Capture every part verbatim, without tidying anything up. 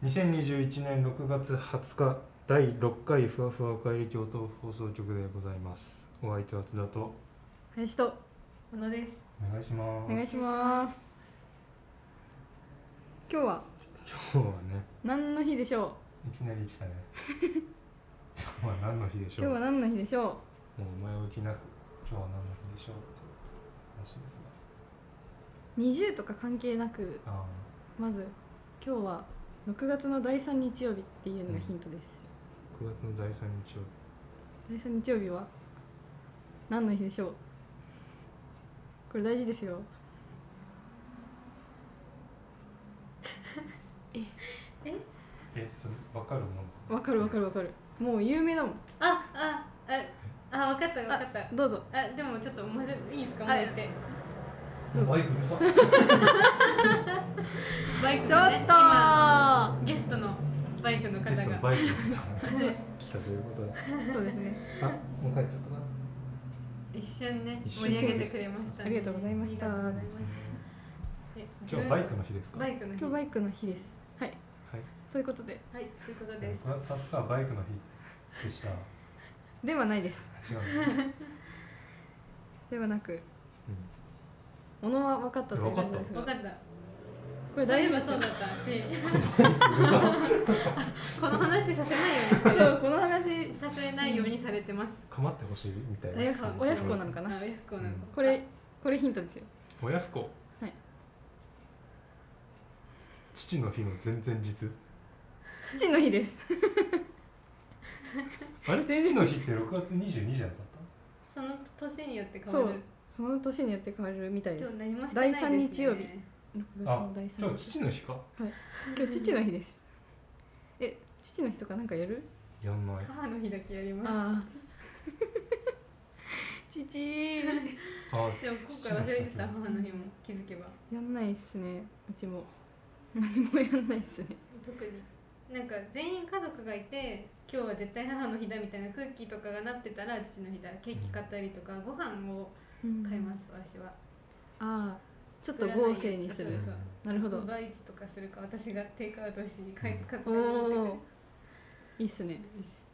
にせんにじゅういちねんろくがつはつかだいろっかいふわふわおかえり京都放送局でございます。お相手は津田と林と小野です。 お願いします。 お願いします。今日は今日はね、 何の日でしょいきなり来たね今日は何の日でしょう。 う。今日は何の日でしょもう前置きなく今日は何の日でしょうって話ですう。にじゅうとか関係なく、 が、あまず今日はろくがつのだいさん日曜日っていうのがヒントです。 くがつのだいさん日曜だいさん日曜日は何の日でしょう。これ大事ですよ。え日。え、それ分かるもん。 わかるわかるわかる。もう有名だもん。 あ、あ、あ、あ、分かった分かった。 どうぞ。 あ、でもちょっともうちょっといいですか、もうはい言って。 バイクうるさバイクちょっとのね、今ゲストのバイクの方ゲストのがバイクの方が来たということで、 そうですね。 あ、もう帰っちゃったかな。 一瞬ね一瞬盛り上げてくれましたね。 ありがとうございました。 ありがとうございます。え今日はバイクの日ですか。 バイクの日。 今日バイクの日です。はい。 はい。 そういうことではい、そういうことです。 くがつはつかはバイクの日でした。 ではないです。 違うんですね。 ではなく、 うん小野は分かったということですが、 分かった。 これ大丈夫ですよ。 そういえばそうだったし、この話させないようにしてそう、この話、 させないようにされてます。 構ってほしいみたいな。 親不孝親不孝なのかな。 あ、親不孝なのか。 これこれヒントですよ。 親不孝。 はい。 父の日の前々日。 父の日です。 あれ、父の日ってろくがつにじゅうにじゃなかっその年によって変そうわる。、 その年によって変わるみたいです。 今日何もしてないですね。 だいさん日曜日ろくがつた。あのだい、さん今日日。 父の日か。 今日父の日です。え、父の日とかなんかやる？ やんない。 母の日だけやります。 ああ。父。 あ、 でも今回忘れてた、母の日も気づけば。 やんないっすね。うちも何もやんないっすね。 特になんか全員家族がいて、今日は絶対母の日だみたいな空気とかがなってたら父の日だ。ケーキ買ったりとかご飯を買います、私は。 ああ、ちょっと豪勢にする。 そうそうなるほど。 奪いとかするか、私がテイクアウトして買い買ってお持ってくるお、いいっすね。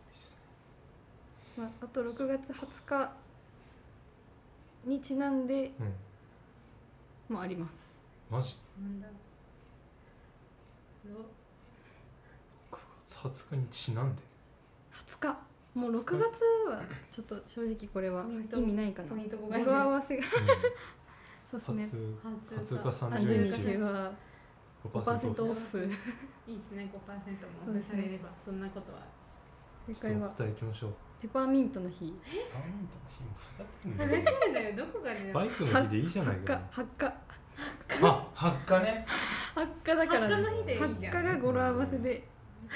まあ、あとろくがつはつかにちなんでうん。 もあります。 マジ。 なんだろくがつはつかにちなんで。 はつか、もうろくがつはちょっと正直これはポイント意味ないかな。 ポイントご語ばい呂合わせがうそうですね。 ん。 初初かさんさんじゅうにちじゅうにちはごパーセントオフ。 いいですね、ごパーセントもオフされれば、そんなことは。 正解は答えいきましょう。 ペパーミントの日。 パーミントの日もふざけんふざなよ。 けんなよ、どこがだよ。 バイクの日でいいじゃない発か火、。発火、 あ、発火ね。 発火だから発火の日でいいじゃん。 発火が語呂合わせで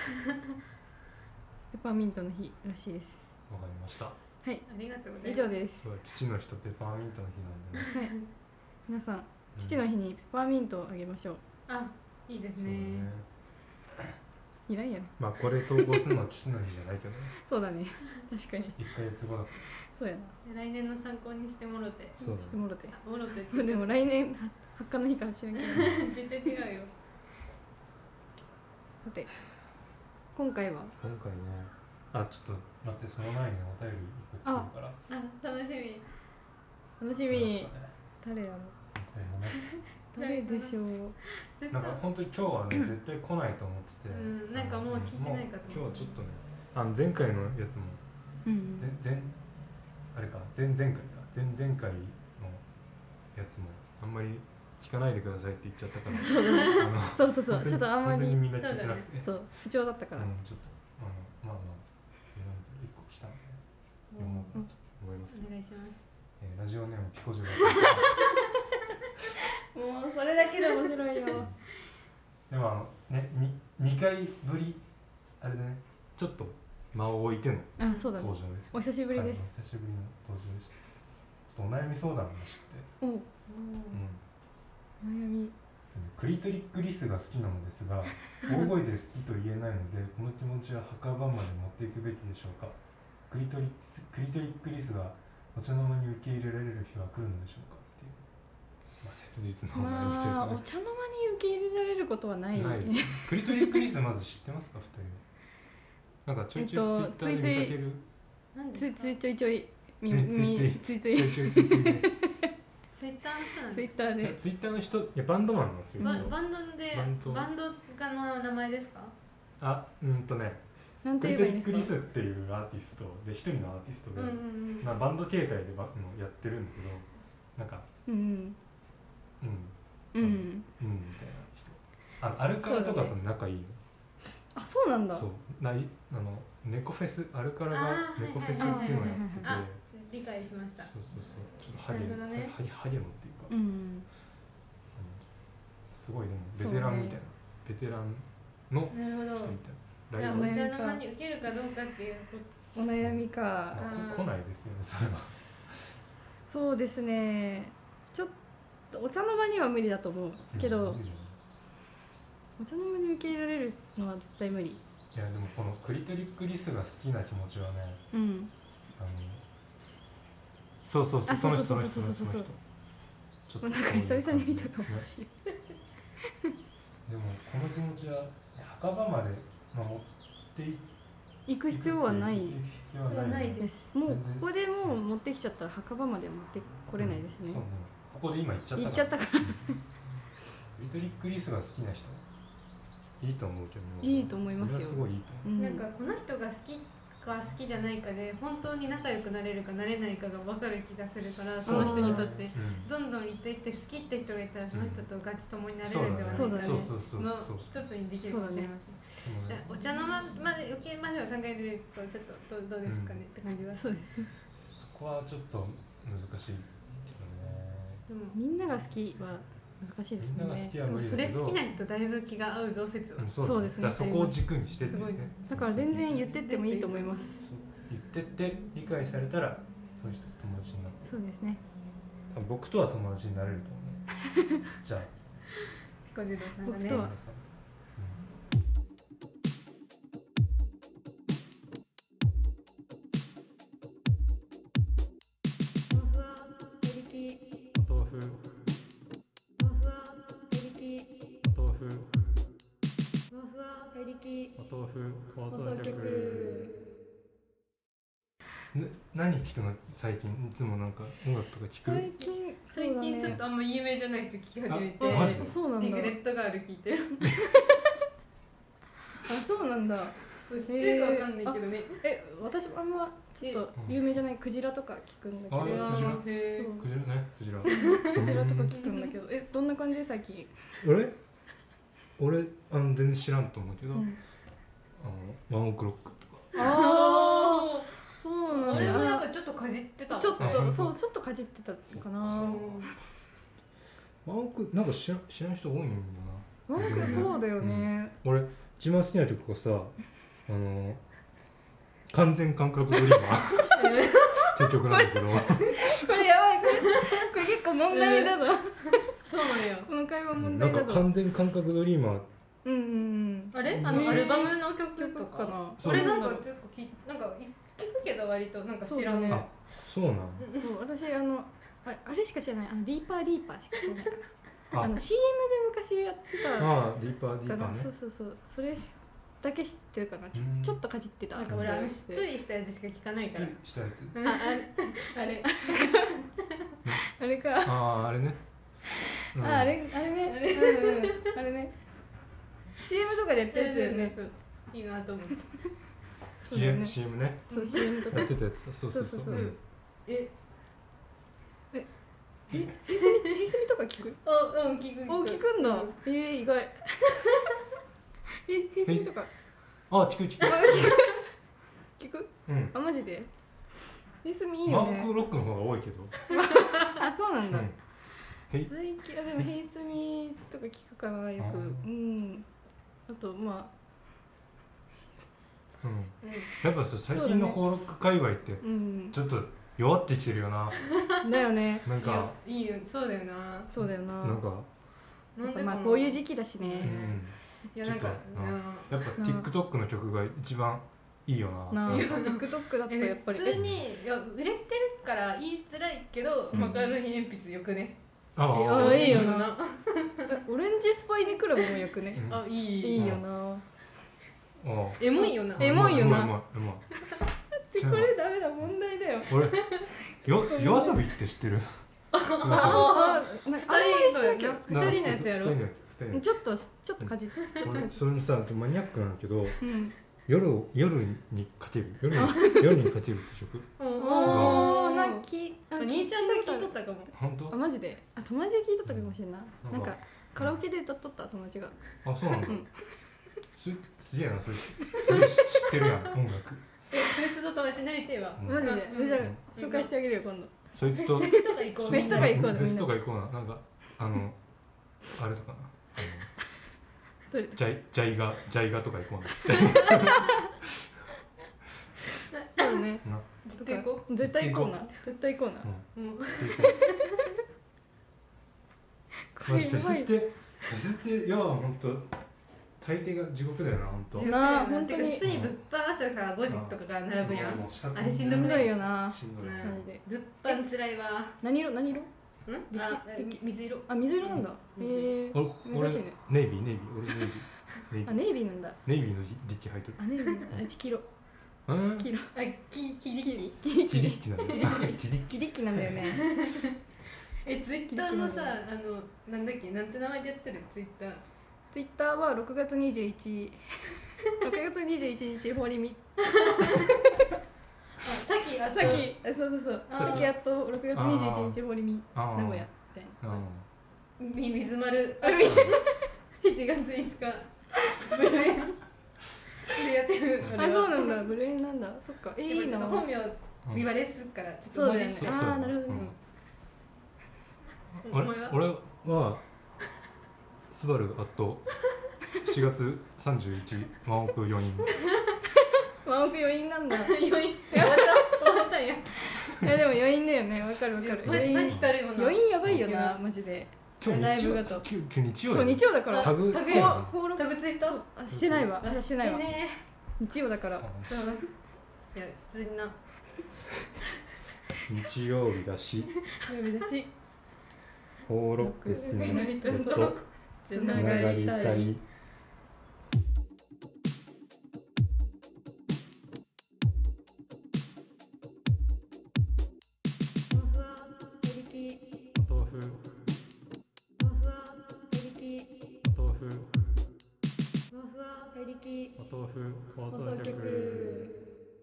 ペパーミントの日らしいです。 わかりました。 はい、 ありがとうござい以ます。 上です。 父の日とペパーミントの日なんでね。 はい、皆さん父の日にペパーミントをあげましょう。 あ、いいですそうだね。 ね。 いらんやろ。 まあこれ投稿するのは父の日じゃないけどね。 そうだね。確かに。 いっかげつごだかそうやな。 来年の参考にしてもろて。 ら。そうだね。 してもろて。 あもろてってでも来年発火の日かもしれんけど。 絶対違うよ。 さて、今回は今回ね。あ、ちょっと待って、その前にお便り一個来てるから。 あ、楽しみ。 楽しみ。誰やろう。 これもね。 誰でしょう。 ずっとなんか本当に今日はね絶対来ないと思ってて。 うんなんかもう聞いてないかともう今思った日はちょっとね。あの前回のやつもうん。 前前あれか前々回か前々回のやつもあんまり聞かないでくださいって言っちゃったから。 そうだね。 あのそうそうそう。 本当にちょっとあんまり本当にみんな聞いてなくて。 そう不調だったから。 うん、ちょっとあのまあまあいっこ来たんで読もうかなと思います。 お願いします。 えーラジオネームピコジョもうそれだけで面白いよ。 でもあのねににかいぶりあれでねちょっと間を置いてのあ、そうだね。 登場です。 お久しぶりではい、 す。 お久しぶりの登場でした。ちょっとお悩み相談らしくて、 お、 うん、 悩み。 クリトリックリスが好きなのですが大声で好きと言えないのでこの気持ちは墓場まで持っていくべきでしょうか。クリトリクリトリックリスがお茶の間に受け入れられる日は来るのでしょうかっていう。 まあ切実なお悩みというまあかね、 お茶の間に受け入れられることはない。 ないですクリトリックリスまず知ってますかふたりは。なんかちょいちょいえっとツイッターで見かける、 なんですかついついちょいちょいみついついみついついついちょいちょいツイッターでツイッターの人なんツイですか。 ッターでツイッターの人、いやバンドマンなんですよ。 バ一応バンドでバンドバンドがの名前ですか。 あ、うんとね、 なんてクリトリックリ言えばいいんですか。 スっていうアーティストで一人のアーティストで、 うんうんうん。 まあ、バンド形態でバのやってるんだけど、なんかうんうんうんうん。 うんみたいな人。あのアルカラとかと仲いいの。 あ、そうなんだ。 そうないあの猫フェスアルカラがあー猫フェスっていうのをやってて、 あ、理解しました。 そうそうそうちょっとハゲなるほどねハゲハゲのっていうか、 うん。 すごいでもベテランみたいな、ベテランのなるほど。 人みたいな。 いや、 ライブお茶の間に受けるかどうかっていう。 お悩みか。 まあこ来ないですよねそれは。 そうですね。ちょっとお茶の間には無理だと思うけど、 うんいいじお茶の間に受け入れられるのは絶対無理。 ゃんいやでもこのクリトリックリスが好きな気持ちはね、 うん。 あのそうそうそうあその人そそうの人そうそうそうその人ちょっとなんか久々に見たかもねしれでもこの気持ちは墓場までまあ持ってい行く必要はない行く必要はないないです。もうここでもう持ってきちゃったら墓場まで持ってこれないですね。 そうねここで今行っちゃった行っちゃったから。 クリトリックリスが好きな人いいと思うけどいいと思いますよ俺はすごいいいと思う、 うんなんかこの人が好きか好きじゃないかで本当に仲良くなれるかなれないかが分かる気がするからその人にとってうんどんどん行っていって好きって人がいたらその人とガチ友になれるんではないかねそうだねそうそうそうのそう一つにできるかもしれません。 そうねお茶の間まで受けまでは考えるとちょっとどうどうですかね、 うんって感じはそうです。 そこはちょっと難しいけどねでもみんなが好きは難しいですよね。 みんなが好きはでもそれ無理だけど好きな人だいぶ気が合うぞ説は、 うんそうですねだからそこを軸にしてってすごいねだから全然言ってってもいいと思います。 そう言ってって理解されたらその人と友達になってそうですね。 多分僕とは友達になれると思うじゃあ彦次郎さんがね僕とは皆さんふわふわペリキお豆腐ふわふわペリキお豆腐ふわふわペリキお豆腐放送放送局局な何聞くの最近いつもなんか音楽とか聞く最近最近ちょっとあんま有名じゃない人聞き始めてあマジでそうなんだ。 リグレットガール聞いてるあ、そうなんだ。 そう知ってるかわかんないけどね、 え、私もあんまちょっと有名じゃないクジラとか聞くんだけど。 あクジラへーそうクジラねクジラクジラとか聞くんだけど、え、どんな感じ最近？ 俺俺あの全然知らんと思うけど、 うんあのワンオクロックとかああ、そうなんだ。 俺もやっぱちょっとかじってたちょっあとそうちょっとかじってたかな。 うんワンオクなんか知ら知らん人多いんだななんかそうだよね。 俺一番好きな曲がさあの完全感覚ドリーマーって曲なんだけどこれやばいこれこれ結構問題だぞ。 そうなのよこの会話問なんか題だぞ。 完全感覚ドリーマーうんうんうん。 あれあねのアルバムの曲と曲かかな。 そう俺なんか結構きなんか聞くけど割となんか知らんそうだねあそうなんそう私あのああれしか知らないあのリーパーリーパーしか知らないから。 ああの シーエム で昔やってたあディーパーディから、 ーパーねそうそうそうそれしだけ知ってるかなちょうんちょっとかじってた。 なんか俺あのしっとりしたやつしか聞かないからしっとりしたやつあああれあれか。 あああれね、うんああれあれね。うんうんあれね。シーエム とかでやったやつだよね。 そういいなと思ってそうだよねシーエム ねそう シーエム とかやってたやつだそうそうそうそうそうそううんええヘイスミヘイスミとか聞く？ あうん聞く聞くお聞くんだ。えー、意外。ヘイヘイスミとかあ聞く聞く聞く？ うんあマジで？ヘイスミいいマよねーク。ロックの方が多いけどあそうなんだ。 うん最近あでもヘイスミとか聞くかなよく。 あーうん。あとまうんうんやっぱさ最近のホーロック界隈ってあうんちょっと弱ってきてるよなだよね。 なんかいやいいよそうだよなそうだよな。 なんかなんでまあこういう時期だしうね。 んいやなんかちょっとなやっぱ TikTok の曲が一番いいよななあうん TikTok だとやっぱり。 普通にいや売れてるから言いづらいけど、 うんマカロニ鉛筆よくねああいいよななオレンジスパイでクラブもよくねうんあいいいいよなあエモいよなエモいよなうまいうまいうまいでこれダメだ問題だよ俺よ夜遊びって知ってるああなんかあんまりしなきゃ二人のやつやろ二人のやつ二人のやつちょっとちょっとかじっちょっと俺かじそれもさマニアックなんだけどうん夜を夜にかける夜に夜にかけるって曲おーなんかきあお兄ちゃんと聞いとったかも本当あマジであ友達で聞いとったかもしれんないうんなんかカラオケで歌っとった友達があそうなんだうんすすげえなそれすげえ知ってるやん音楽えそいつと友達になりてえわうんマジでうんじゃあ紹介してあげるよ今度そいつとフェスとか行こうフェスとか行こうフェスとか行こうななんかあのあれとかなあどれのジャイジャイガジャイガとか行こうなジャイそうねガな絶対行こ絶対行こうな絶対行こうなうんううんこマジれやばいフェスってフェスっていや本当大抵が地獄だよな本当地獄なあだよ本当にてか普通に物販朝からごじとかから並ぶやんもうシャツあれしんしんどどくないいよなしんどいねマジで物販つらいわ何色何色んあリキ水色あ水色なんだうんへえ俺俺珍しいねネイビーネイビー俺ネイビーネイビあーネイビーなんだネイビーのリッチ履いてるあネイビーなんだうち黄色うん黄色あききりきキリッチなんだよキリッキリッキなんだよねえツイッターのさあのなんだっけなんて名前でやってるツイッターツイッターはろくがつにじゅういちろくがつにじゅういちにちホーリミあさっきあさっきあそうそうそうあーさっきやっとろくがつにじゅういちにちホーリミあー名古屋みたいなあみ水丸あ海しちがついつかブルーでやってるあそうなんだブレーンなんだそっかえでもいいなちょっと本名ー言われすっからちょっそうだよねと文字してそうああなるほどねあれお前は俺はスバルあとしちがつさんじゅういちワンオクよにんワンオク余韻なんだ余韻終わった終わったんやいやでも余韻だよねわかるわかるマジマ余韻ジたるいもんな余韻やばいよいなやマジで今日日曜ライブだと今日今日日曜そう日曜だからタグタグそうなのほうろタグツイしたあしてないわあ私してないわね日曜だからそういや普通にな日曜日だし曜日だしホーロックスの人とつつながりたいふわふわペリキお豆腐ふわふわペリキお豆腐ふわふわペリキお豆腐放放送局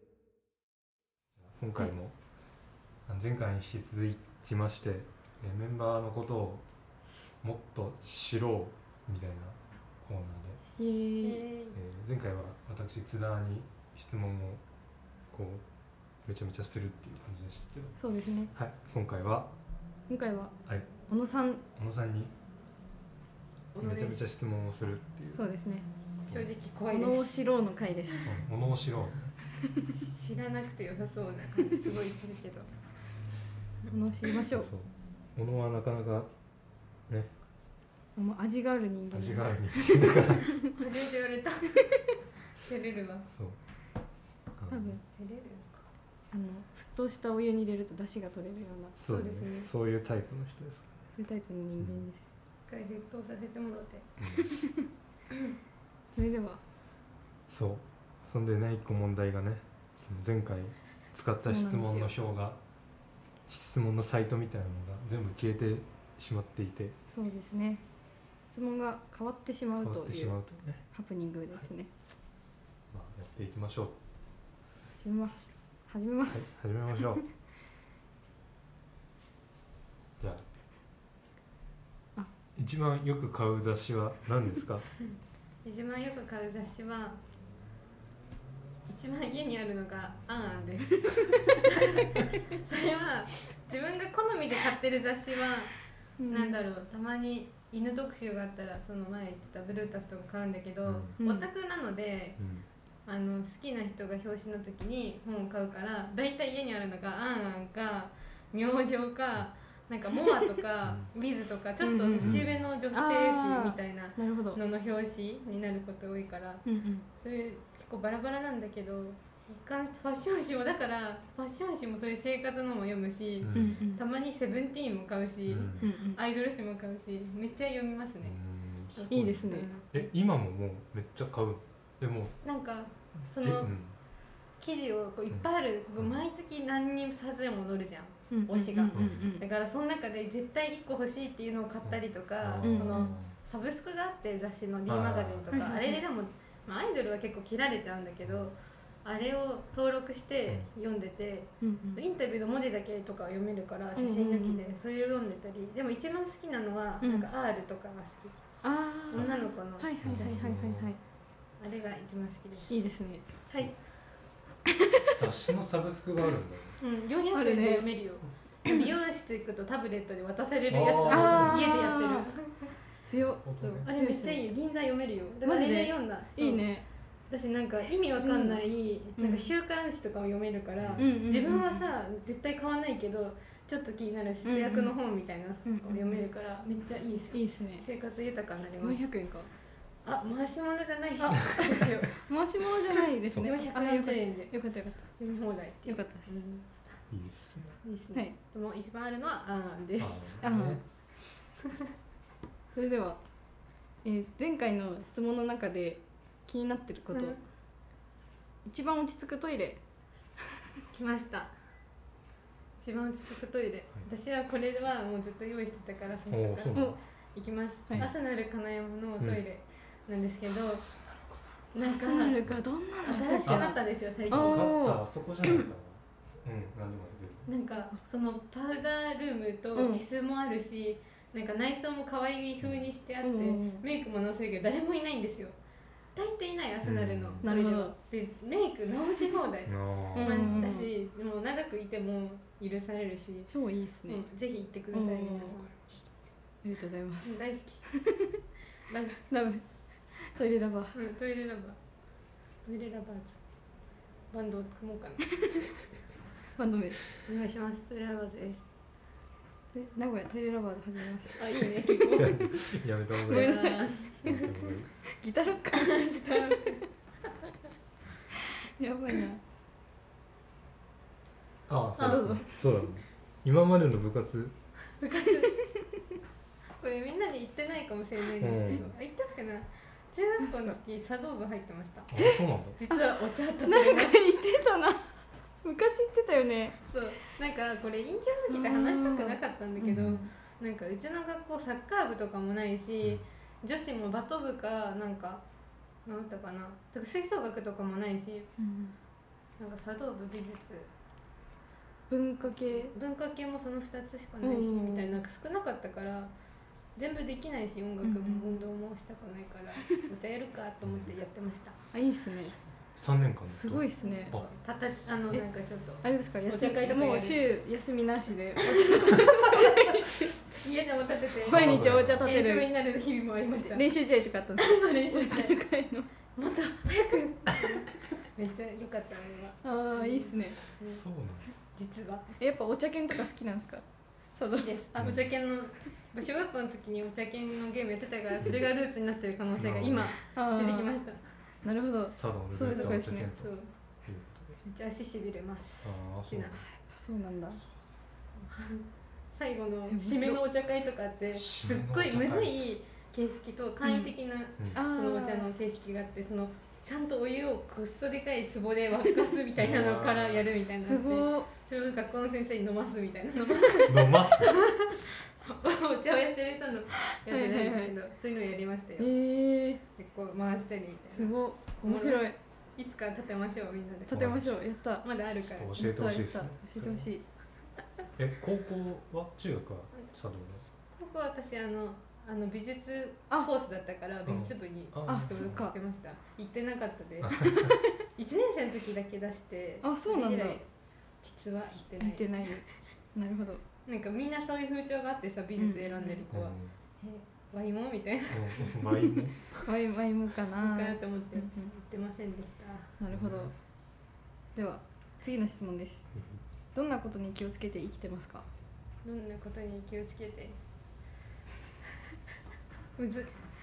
今回も前回に引き続きましてえメンバーのことをもっと知ろうみたいなコーナーで、 イエーイええー前回は私津田に質問をこうめちゃめちゃするっていう感じでしたけど、 そうですねはい、今回は今回ははい小野さん小野さんにーめちゃめちゃ質問をするっていうそうですね正直怖小いです野を知ろうの回ですうん小野を知ろう知らなくて良さそうな感じすごいするけど小野を知りましょうそう小野はなかなかねもう味がある人間味がある人間だから初めて言われた照れるわそうあの多分照れるのかあの沸騰したお湯に入れると出汁が取れるようなそうですねそうですねそういうタイプの人ですかそういうタイプの人間です、 一回沸騰させてもらってら、うんそれではそうそんでね一個問題がねその前回使った質問の表が質問のサイトみたいなのが全部消えてしまっていてそうですね質問が変わってしまう変わってしというまうというね、 ハプニングですね、 まあ、やっていきましょう始めます始めまはいす、 始めましょうじゃああ一番よく買う雑誌は何ですか一番よく買う雑誌は一番家にあるのが「あんあん」ですそれは自分が好みで買ってる雑誌は、 うんなんだろうたまに犬特集があったらその前言ってたブルータスとか買うんだけど、 うんオタクなのでうんあの好きな人が表紙の時に本を買うからだいたい家にあるのが「あんあん」か「明星」かなんか「モア」とか「ウィズ」とかちょっと年上の女性誌みたいななるほどのの表紙になること多いからうんうんそういう結構バラバラなんだけど貫ファッション誌もだからファッション誌もそういう生活のも読むし、 うんうんうんたまにセブンティーンも買うし、 うんうんうんアイドル誌も買うしめっちゃ読みますね、 うんいいですねえ今ももうめっちゃ買うでもなんかそのうん記事をこういっぱいある、 うん毎月何人冊でも載るじゃん、 うん推しがうんうんだからその中で絶対いっこ欲しいっていうのを買ったりとか、 うんそのサブスクがあって雑誌の D マガジンとか、 あーあれででも、まあ、アイドルは結構切られちゃうんだけど、あれを登録して読んでて、 うんうんインタビューの文字だけとか読めるから写真抜きでそれを読んでたり、でも一番好きなのはうんなんか R とかが好き、 ああ女の子の、 はいはいはいはいはいはいあれが一番好きです。 いいですねはい、 雑誌のサブスクがあるんだようん、よんひゃくえんで読めるよ。美容室行くとタブレットで渡されるやつあー家でやってる。 強っそうあれめっちゃいいよ。銀座読めるよ。でもあマジでれで読んだ。 いいね私なんか意味わかんないうんなんか週刊誌とかも読めるから、 うんうんうん自分はさ絶対買わないけどちょっと気になる節約の本みたいなのを読めるからめっちゃいいですよ。 いいですね生活豊かになります。 よんひゃくえんかあ、回し物じゃないですよ。 回し物じゃないですねよんひゃくあよかったよんじゅうえんでよかったよかっ読み放題っていう。 よかったですうんいいですねいいですね。 はいでも一番あるのはあーんです。 あねたそれでは、えー前回の質問の中で気になってること、 うん一番落ち着くトイレ来ました。一番落ち着くトイレ。私はこれはもうずっと用意してたから最お初からおそうなんだ行きます。 はいアスナル金山のトイレなんですけど、なんかアスナルがどんなんだったっ新しくなったんですよ最あ近。 分かったあそこじゃないかなうん何でもいいですなんかそのパウダールームとうん椅子もあるし、なんか内装も可愛い風にしてあって、 うんうんうんメイクも直せるけど誰もいないんですよ。大抵いないアスナルのうんトイレはなるほど。 でメイク直し放題。 あうんまーあだし、でも長くいても許されるし、 超いいですね、 うんぜひ行ってくださいうん皆さん。 ありがとうございます、 大好き。ラブラブトイレラバーうん、トイレラバートイレラバーズバンドを組もうかな。 バンド名お願いします。トイレラバーズです。 トイ名古屋トイレラバーズ始めますあ、いいね結構。 やめた方ごめんがいいなさいギターロッカーやばいなああどうぞそうだね今までの部活部活これみんなで行ってないかもしれないんですけど、 うんあ行ったっけな。中学校の時茶道部入ってました。 あそうなんだ実はお茶立てなんかます。 言ってたな昔言ってたよねそうなんかこれ陰キャすぎて話したくなかったんだけど、 うんなんかうちの学校サッカー部とかもないし、女子もバト部かなんかなんだったかなとか吹奏楽とかもないし、なんか茶道部美術文化系文化系もそのふたつしかないし、 うんみたいななんか少なかったから全部できないし音楽もうん運動もしたくないから、お茶やるかと思ってやってました。 あいいっすねさんねんかんすごいっすねあたたあのえなんかちょっとあれですか休お茶会とかやるもう週休みなしで家でも立てて毎日お茶立て演奏るになる日々もありました。 練習試合とかあったんですそう練習お茶会のもっと早くめっちゃ良かったあれは。 ああいいっすねうんそうなんだ実はやっぱお茶犬とか好きなんですか好きです。あ、 うんお茶犬の小学校の時にお茶犬のゲームやってたからそれがルーツになってる可能性が今あー出てきました。 なるほどやっ佐渡のそういうとこおですねそう。 茶というめっちゃ足しびれます。 ああそうなんだぱそうなんだ最後のえ面白い締めのお茶会とかってすっごいむずい形式と簡易的なうんあそのお茶の形式があって、そのちゃんとお湯をくっそでかい壺で沸かすみたいなのからやるみたいなのすがあって、 ごいそれを学校の先生に飲ますみたいな飲ます飲ますお茶をやってる人のやつじゃないんですけど、そういうのをやりましたよ。 えー、 結構回したりみたいな。 すごい面白いいつか立てましょうみんなで。 立てましょうやったまだあるから。 教えてほしいですねやったやった教えてほしいえ高校は中学は茶道ここ私あのあの美術あコースだったから美術部にあ所属そっかしてました。行ってなかったです。いちねん生の時だけ出して、 あそうなんだれ以来実は行ってない。 入ってないなるほどなんかみんなそういう風潮があってさ、美術選んでる子は、えワイもみたいなうんワインもワイワイムかなのかなと思ってうん行ってませんでした。 なるほどでは次の質問ですどんなことに気をつけて生きてますかどんなことに気をつけてむずっ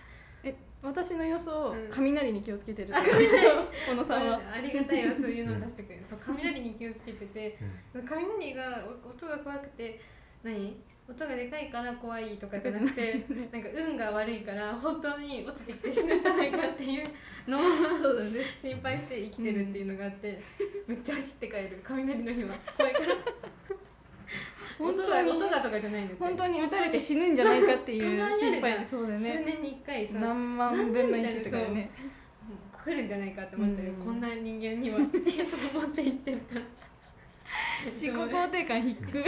え私の予想、 うん雷に気をつけてるあ雷小野さんはありがたいわそういうのを出してくれるそう雷に気をつけててうん雷がお音が怖くて何音がでかいから怖いとかじゃなくてなんか運が悪いから本当に落ちてきて死ぬんじゃないかっていうのをそうだね心配して生きてるっていうのがあって、めっちゃ走って帰る雷の日は怖いから音本当にが音がとかじゃないんだって本当に撃たれて死ぬんじゃないかっていうたまにあるじゃん心配そうだよ数ね年に一回さ何万分のいちとかでね来るんじゃないかって思ってる、 うんこんな人間にはって思っていってるから自己肯定感低く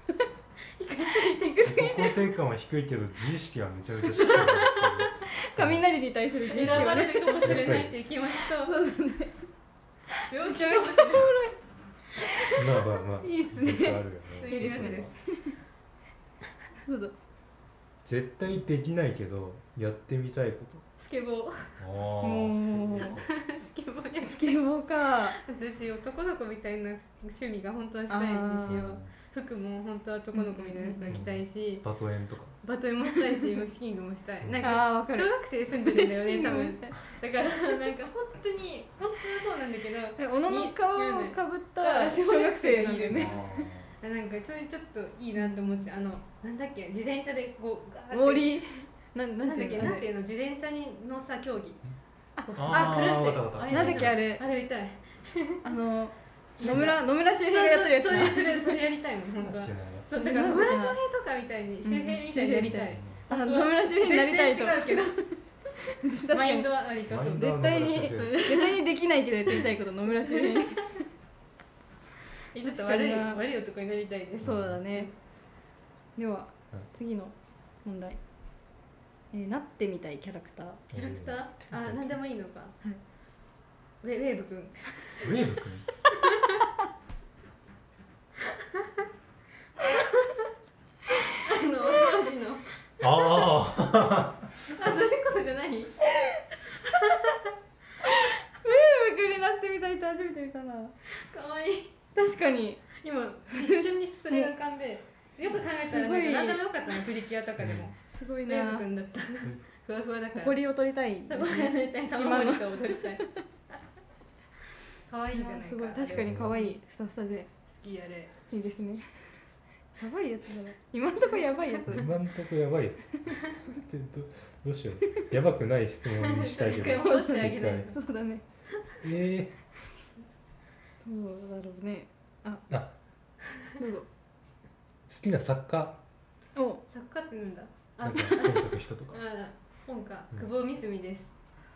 自己肯定感は低いけど自意識はめちゃめちゃ低いなっていう雷に対する自意識選ばはねれるかもしれないっていう気持ちとそうだね病気めちゃめちゃまあまあまあいいっすねよくあるよそうねいうやつですどうぞ絶対できないけどやってみたいこスケボーとあもうあスケボーやスケボーか私男の子みたいな趣味が本当はしたいんですよ服も本当は男の子みたいな服が着たいし、 バトエンとかバトルもしたいし虫キングもしたいなんかあーわかる小学生住んでるんだよね多分虫キングもだからなんか本当に本当はそうなんだけどえ小野の顔をかぶった小学生なんだよねなんかそれちょっといいなって思ってあのなんだっけ自転車でこうガーって森なななんだっけていうのなんていうの自転車にのさ競技あこうあーあくるってわかったわかったあれなんだっけあれあれやりたいあの野村野村周平がやってるやつそうなそうそれそれやりたいの本当はそうだから野村翔平とかみたいに周平みたいにやりたいあ野村周平になりたいと全然違うけど確かにマインドは割とそうマインド絶対に野村周平絶対にできないけどやってみたいこと野村周平えちょっと悪い確かにな悪い男になりたいですそうだねでは次の問題、えーなってみたいキャラクターキャラクターあ何でもいいのかはいウェウェーブくんウェーブくんあのお掃除のあああそういうことじゃないウェーブくんになってみたいと初めて見たなかわいい確かに今一瞬にそれが浮かんでよく考えたらなんかすごい何でもよかったのプリキュアとかでもすごいウェーブなくんだったふわふわだから誇りを取りたいそこが絶対サマモリと踊りたいかわいいじゃないかすごい確かに可愛いふさふさで好きあれいいですねやばいやつだな今んとこやばいやつ今んとこやばいやつでどどうしようやばくない質問にしたいけ一回ど戻してあげない一そうだねえどうだろうねあー、あどうぞ好きな作家お作家ってなんだあなんか本書く人とかあ本かうん久保みすみです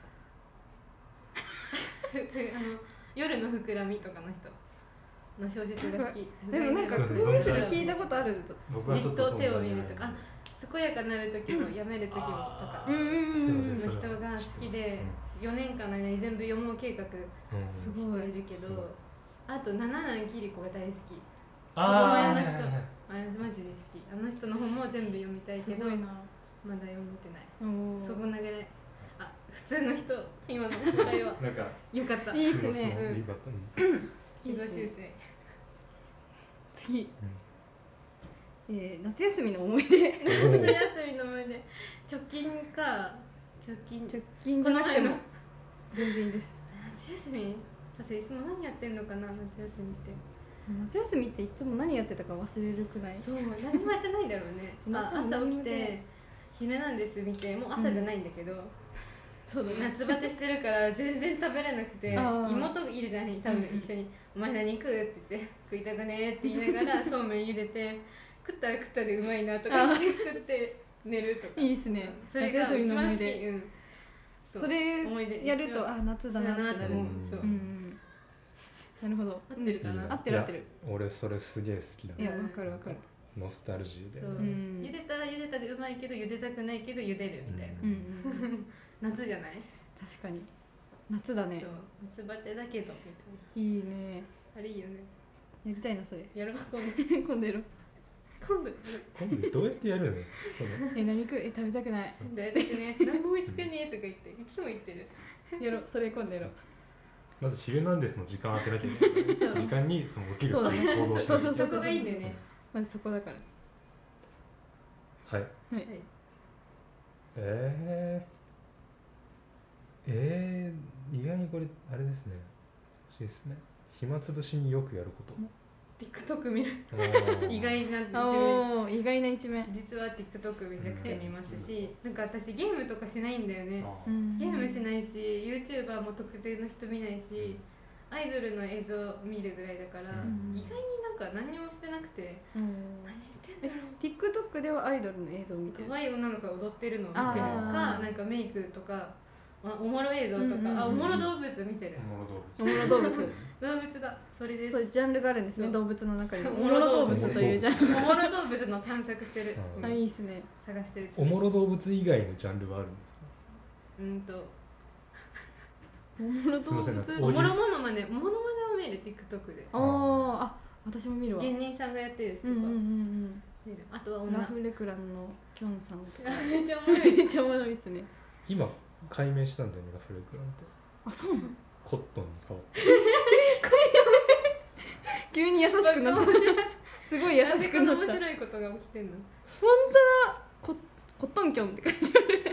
ふふあの夜の膨らみとかの人の小説が好きでもなんかそうですね久保みすみ聞いたことあると僕はちょっとじっと手を見るとか健やかなる時もやめる時もとかうんうんすいまうんせんそれの人が好きでよねんかんの間に全部読もう計画うんすごいしているけすごいどあと七男キリコが大好きあー子供やの人あれマジで好きあの人の本も全部読みたいけどすごいなまだ読めてないおーそこ流れあ普通の人今の答えはなんかよかったいいっすねそうそううんいいかったうん軌道修正次、えー夏休みの思い出夏休みの思い出貯金か貯金直近じゃなくても全然いいです夏休み私いつも何やってんのかな夏休みって夏休みっていつも何やってたか忘れるくないそう何もやってないんだろうねそうあ何も朝起きて「昼なんです」見てもう朝じゃないんだけど、そうだ夏バテしてるから全然食べれなくてあー妹いるじゃん多分一緒に「お前何食う?」って言って「食いたくねえ」って言いながらそうめん茹でて食ったら食ったでうまいなとか言って食って寝るとかいいですねそれが夏休みの一番好き思い出うんそれ思い出やる一番とあ夏だなってなるだなって思うそううんうんなるほど合ってるかな、 いいね合ってる合ってるいや俺それすげえ好きだねいやわかるわかるノスタルジーでそう、 ん茹でたら茹でたでうまいけど茹でたくないけど茹でるみたいな、 うんうん夏じゃない、 確かに夏だねそう夏バテだけどみたいいいねなあれいいよねやりたいなそれやろう今度今度やろう今度今度どうやってやるのそのえ何食うえ食べたくない大体ね何も追いつかねえとか言っていつも言ってるやろうそれ今度やろうまず「ヒルナンデス」の時間当てなきゃいけないからそう時間にその起きるそうだね行動してそうそうそこがいいんだよねまずそこだからはいはいはいええー、意外にこれあれですね欲しいですね。暇つぶしによくやること TikTok 見るあー意外な一面おー意外な一面。 実は TikTok めちゃくちゃ見ますし、なんか私ゲームとかしないんだよね。 あーうんゲームしないし YouTuber も特定の人見ないしアイドルの映像見るぐらいだから、 うん意外になんか何にもしてなくて、 うん何してんだろう TikTok ではアイドルの映像を見てる。 可愛い女の子が踊ってるのを見てるあーか、なんかメイクとか、あおもろ映像とか、 うんうんうんあおもろ動物見てる、 おもろ動おもろ動物。 動物だそれです。 そうジャンルがあるんですね、 そう動物の中に。おおもろもろ動物動物というジャンル。 おもろ動物の探索してる、 うんうんあいいですね。 探してるおもろ動物以外のジャンルはあるんですか？ うんとおもろ動すいませんなんか物。 おもろものまねものまねを見る TikTok であーあ私も見るわ。 芸人さんがやってるやつとかうんうんうん見る、あとはうん。 女ラフレクランのキョンさんとか。 めっちゃおもろいめっちゃおもろいですね。 今解明したんだよねラフレクランってあそうなの。 コットンに変わって急に優しくなった。すごい優しくなった。 面白いことが起きてんの。 本当だ。ココットンキョンって書いてある。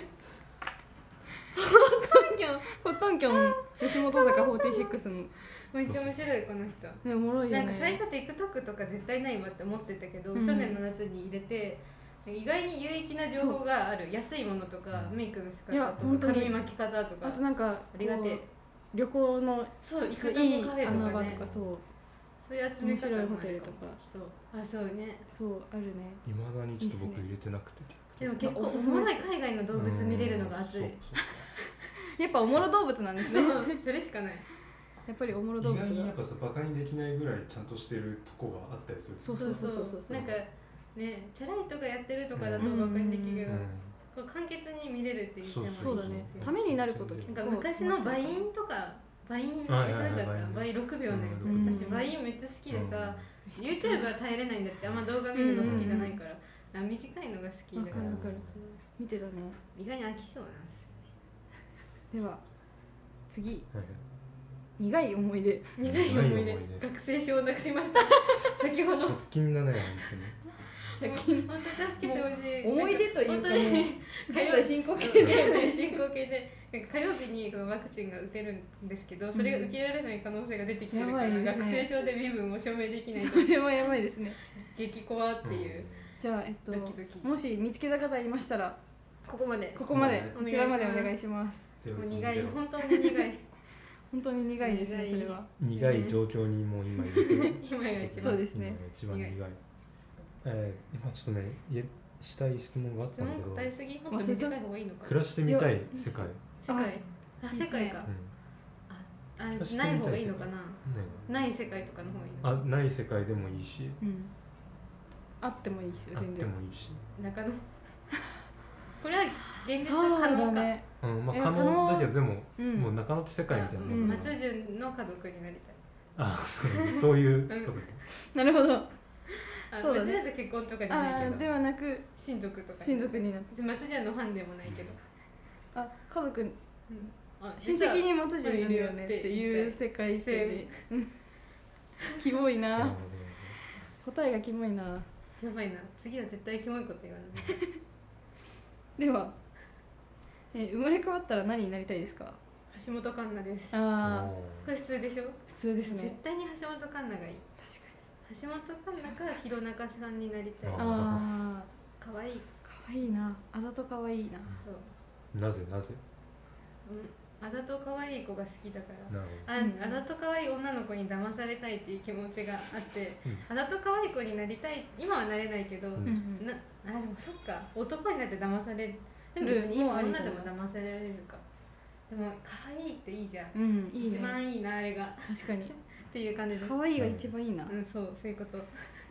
コットンキョン吉本坂フォーティーシックスの。 めっちゃ面白いこの人。 ねおもろいよね。 なんか最初 TikTok とか絶対ないわって思ってたけど、 うん去年の夏に入れて意外に有益な情報がある。安いものとかメイクの仕いや方と本当にか髪巻き方とかあとなんかありがてえこう旅行のそう行くといいこカフェ穴場とかねとかそうそういう集め面白い方もあるホテルとかそうあそうね。 そうあるね。 いまだにちょっと僕いいっすね入れてなくてでも結構おおすすめですもろい海外の動物見れるのが熱い。 うんやっぱおもろ動物なんですね。 そうそれしかない。 やっぱりおもろ動物そうそう意外にやっが。 ぱさバカにできないぐらいちゃんとしてるとこがあったりする。 そうそうそうそうそう。 なんかねチャラいとかやってるとかだとバカにできるけど、こう簡潔に見れるっていう点もいいですよそうだね。ためになること結なん構か昔のバインとかバインはいはいはいやりたかったバイろくびょうのやつ、 うん私バインめっちゃ好きでさ、YouTube は耐えれないんだってあんま動画見るの好きじゃないから、あ短いのが好きだからわかるわかる見てたね。 意外に飽きそうなんですよね。 では次はいはい苦い思い出。 苦い思い出苦い思い出学生証をなくしました先ほど直近だね本借金本当に助けてほしい。 思い出というかもう本当に現在進行形現で。 在進行形でなんか火曜日にこのワクチンが打てるんですけど、それが受けられない可能性が出てきてるから、 やばいです学ね生証で身分を証明できないとそれはやばいですね。 激怖っていう、 じゃあえっとドキドキもし見つけた方いましたらここまでここまでここまでこちらまでお願いします。 もう苦い本当に苦い本当に苦いですね苦いそれは。 苦い状況にもう今入れてる今が一番そうですね今が一番苦いえー、今ちょっとねいえしたい質問があっ質たんだけど問答えすぎもっと短い方がいいのか暮らしてみたいいや世界、 世界あ世界かうああ暮らしてみたないい方がいいのかな、 んねない世界とかの方がいいのかあない世界でもいいしうん。あってもいいですよあっ全然。 てもいいし、 中野これは現実そう可能か、 だね。 うんまあ、 え可能だけどでも、 うん。 もう中野って世界みたいなもんうんだから松潤の家族になりたいあそうそういうことねなるほど。 あそうだね松潤と結婚とかじゃないああけどではなく親族とか親族になって。 松潤のファンでもないけど、 あ家族うんあ親戚に松潤いるよねっていう世界線で。うんキモいな。 なるほど答えがキモいな。 やばいな次は絶対キモいこと言わないでは、えー生まれ変わったら何になりたいですか？ 橋本環奈ですああこれ普通でしょ、 普通です絶ね。 対に橋本環奈がいい確かに。 橋本環奈か弘中さんになりたいあああ可愛い可愛いな。あざと可愛いな。 そうなぜなぜうんあざと可愛い子が好きだからなるあうんあざと可愛い女の子に騙されたいっていう気持ちがあって、 うんあざと可愛い子になりたい今はなれないけど、 うんうんうんなあでもそっか男になって騙されるでもる別に今もうありだな女でも騙されられるかでも可愛いっていいじゃん、 うんいいね。 一番いいなあれが確かに。 っていう感じです可愛いが一番いいな。 うんそうそういうこと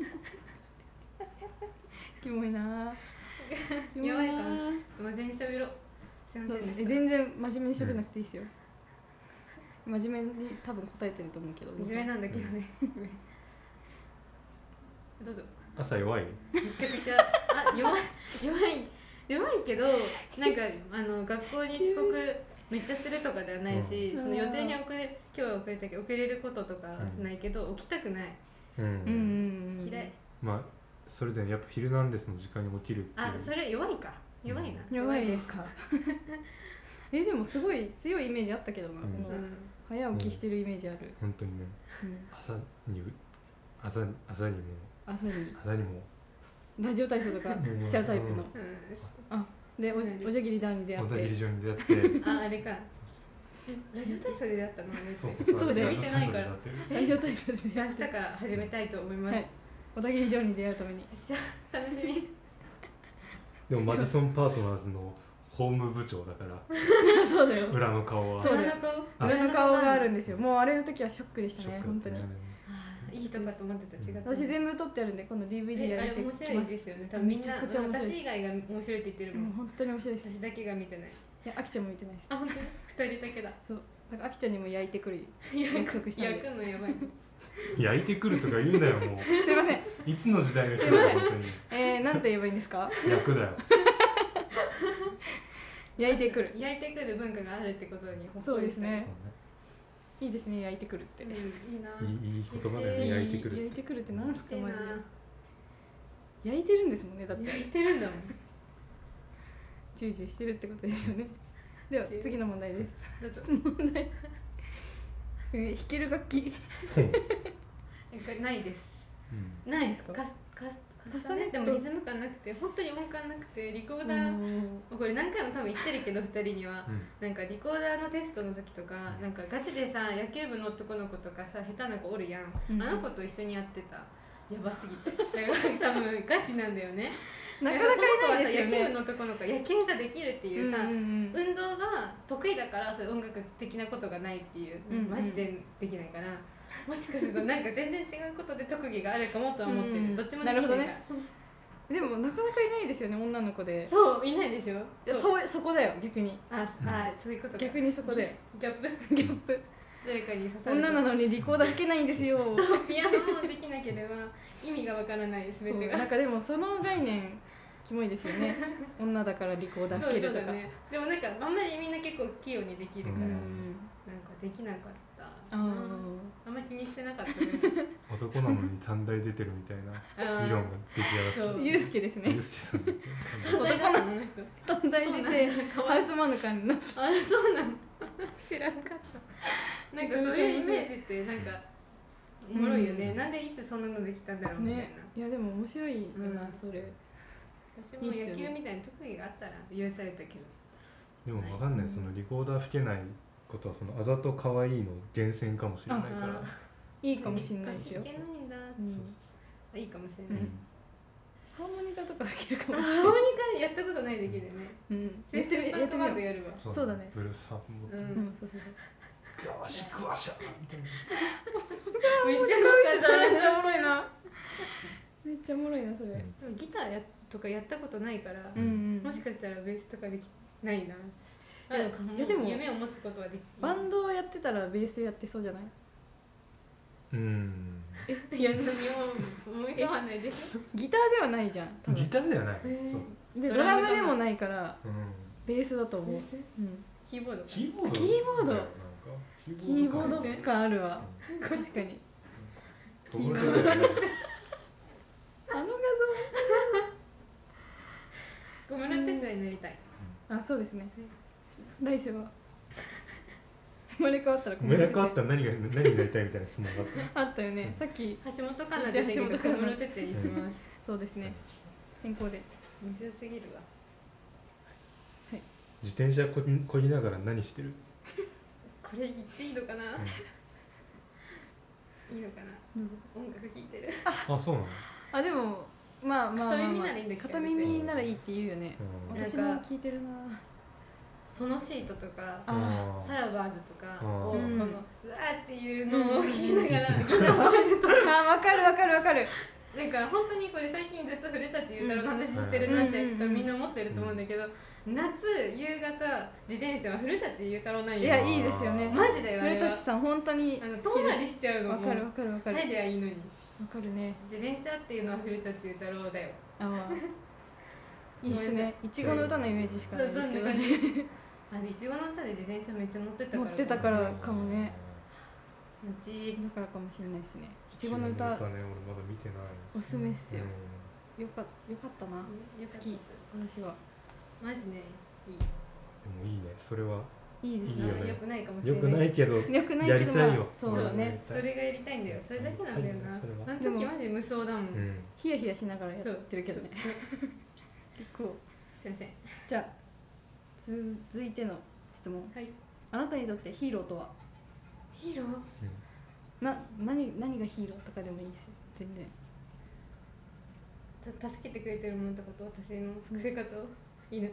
キモいな。キモやばいかな。 真面目にしゃべろうすいませんでしたえ全然真面目に喋らなくていいですよ。真面目に多分答えてると思うけど。 真面目なんだけどねどうぞ朝弱いめちゃくちゃあ弱い弱い弱いけどなんかあの学校に遅刻めっちゃするとかではないし、 うんその予定に遅れ今日は遅れたけど遅れることとかはないけど、起きたくないうん、 うんうんうん。 嫌い、 まあそれでもやっぱ「ヒルナンデス」の時間に起きるっていうあそれ弱いか弱いな、 弱いですか。 えでもすごい強いイメージあったけどな、 うんこのうん早起きしてるイメージある、 本当にねうん、 朝に朝朝にも朝に朝にもラジオ体操とかしちゃうタイプの、 うんでおじおじゃぎりだに出会って小田切城に出会ってああれかえラジオ体操で出会ったのあれってそうそうそうだよ見てないからラジオ体操で出会明日ってから始めたいと思います、 はい小田切城に出会うためにじゃあ楽しみでもマディソンパートナーズの法務部長だからそうだよ裏の顔はそうだよ裏の顔あ裏の顔があるんですよ。もうあれの時はショックでしたショね本当にックだったね。 あーいい人かと思ってた違った私全部撮ってあるんで今度 ディーブイディーえあれやってきます。 面白いですよね多分みんなめちゃくちゃ面白いです私以外が面白いって言ってるもん、 うん本当に面白いです。 私だけが見てないいやあきちゃんも見てないです。 あ本当に二人だけだそうだからあきちゃんにも焼いてくる約束したん焼で。 くのやばい焼いてくるとか言うんだよもうすいません。 いつの時代の人だよ本当にえー、なんて言えばいいんですか？ 焼くだよ焼いてくる。 焼いてくる文化があるってことにほっこりしたそうですねそういいですね焼いてくるって。 うんいいなねいいいい言葉だよねえー焼いてくる焼いてくるってなんすかいいなマジで。焼いてるんですもんねだって。 焼いてるんだもんチューチューしてるってことですよね。では次の問題です。 だと問題。えー弾ける楽器。 えこれないですうんないですかカスカスカスタネットでもリズム感なくて本当に音感なくてリコーダー、これ何回も多分言ってるけどふたりにはうんなんかリコーダーのテストの時とかなんかガチでさ野球部の男の子とかさ下手な子おるやん、 うんあの子と一緒にやってたやばすぎてだから多分ガチなんだよねなかなかいないですよ野球部ね。 の男の子野球ができるっていうさ、 うんうんうん運動が得意だからそういう音楽的なことがないっていう、 うんうんマジでできないからもしかするとなんか全然違うことで特技があるかもとは思ってる、 うんどっちもできないから、 なるでもなかなかいないですよね女の子で。 そういないでしょいやそうそうそこだよ逆にああそういうことか逆にそこでギャップギャップ。 誰かに刺さる女なのにリコーダー弾けないんですよ。 そうピアノもできなければ意味がわからない全てがなんかでもその概念キモいですよね。女だからリコーダーそう弾けるとか。 そうだねでもなんかあんまりみんな結構器用にできるから、 うんなんかできなかったああんまり気にしてなかったね男なのに短大出てるみたいなあー理論が出来上がっあ、ゆうすけですねちゃうユー。スケさんだっけ短大だったのあの人短大出てハウスマヌカになっあそうなの知らんかったなんかそういうイメージってなんかおもろいよね、 うんなんでいつそんなのできたんだろうみたいな、 ね。いやでも面白いよな、 うんそれ。 私も野球みたいな特技があったら許されたけどでもわかんないそのリコーダー吹けないことはそのあざと可愛いの厳選かもしれないからあいいかもしれないですよい。けないんだ、 うんそういいかもしれそうない、 ハーモニカとか吹けるかもハしーモニカやったことないできるねれない。うん。 全然パントバンドよやるわそうそうだねブルースハープ持ってうう。うん、そうそうそう。 ガワシグワシャみたいなめっちゃよかっためっちゃおもろいな。めっちゃおもろいなそれ。 でもギターやとかやったことないから、 うんうん。 もしかしたらベースとかできないな。あいやいやでも夢を持つことはできバンドをやってたらベースやってそうじゃない？ うんいや何も思い浮かばないです。 ギターではないじゃん。多分ギターではないえーそうでドラムでもないからうんベースだと思う。 ベースうん。 キーボードか。 キーボードキーボードだよなんかキーボード感感あるわ。 うん確かに。 キーボードだよねあの小室哲哉になりたい。 画像。あ、そうですね。来世は生まれ変わったら生まれ変わったら何が何になりたいみたいな質問があっあったよね。さっき橋本環奈出てるけど小室哲哉にします。 そうですたね。変更で。 面白すぎるわ。 自転車こぎこぎながら何してるこれ言っていいのかな。いいのかな。 どうぞ。 音楽聴いてる。 あそうなのあでもまあまあまあ、まあ、 片耳ならいいんだけど片耳ならいいって言うよね。 うん私も聞いてるな。 そのシートとか。 あサラバーズとかをこうんのうわーっていうのを聞きながらうんギターをずっとあ、わかるわかるわかる。 なんか本当にこれ最近ずっと古舘裕太郎の話してるなってうん多分みんな思ってると思うんだけど、夏夕方自転車は古舘裕太郎なんよ。 いやいいですよね。 マジであれは古舘さん本当にあの好きで遠回りしちゃうす。 のもわかるわかるわかる。 タイではいいのにわかるね。 自転車っていうのは古舘裕太郎だよ。 ああ。いいっすね。いちごの歌のイメージしかないですけど。 そうそんな私あのいちごの歌で自転車めっちゃ乗ってたから乗ってたからかもね。 うちだからかもしれないですね。いいちごの歌ね俺まだ見てないおすすめですよ。 うよかよかったな。 よかった好きです私は。 マジねいいもいいね、それはいいですね。 いいよねよくないかもしれよないくないけどよくないやけどりたいよ、 まあそうだね。 それがやりたいんだよ。それだけなんだよな。 やりたいよそれはあの時マジ無双だもん、 うんヒヤヒヤしながらやってるけどね。結構。 すいません。 じゃあ続いての質問。 はい。 あなたにとってヒーローとはヒーローな何何がヒーローとかでもいいですよ。全然。 た助けてくれてるものってこと？私の生活を。犬。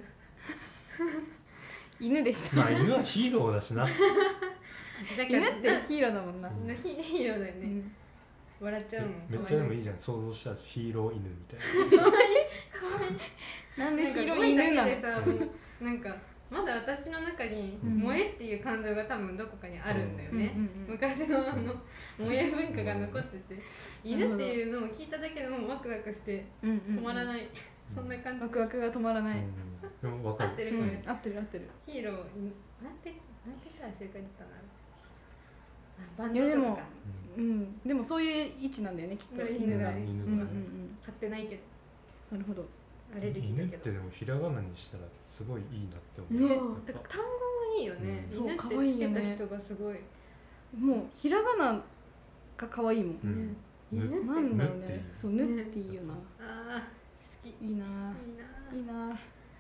犬でした。 まあ犬はヒーローだしなだから犬ってヒーローだもんな。 うんなヒヒーローだよね、 うん笑っちゃうもん。 めっちゃでもいいじゃん。 ゃん、想像したらヒーロー犬みたいななんでなんかヒーロー声だ犬なのけでさ、 うんもうなんかまだ私の中にうん萌えっていう感情が多分どこかにあるんだよね、 うんうんうん昔のあの萌え文化が残ってて、 うん犬っていうのを聞いただけでもワクワクしてうんうんうん止まらない、そんな感じ。 ワクワクが止まらない。 うんでも分かる合ってるこれ、 うん合ってる合ってる。 ヒーローなんてなんてから正解だったなあバンいやでもドとかかうんでもそういう位置なんだよねきっとうん犬が。 犬犬がねうんうんうん買ってないけどなるほど。 アレルギーだけど犬ってでもひらがなにしたらすごいいいなって思う、 そうねだから単語もいいよね、 うんそう犬って可愛いよねつけた人がすごい、 もうひらがなが可愛いもん。 うんね犬ってなんだろうぬっていいね。そうぬっていいよな。 ああ好きいいいいなないいな。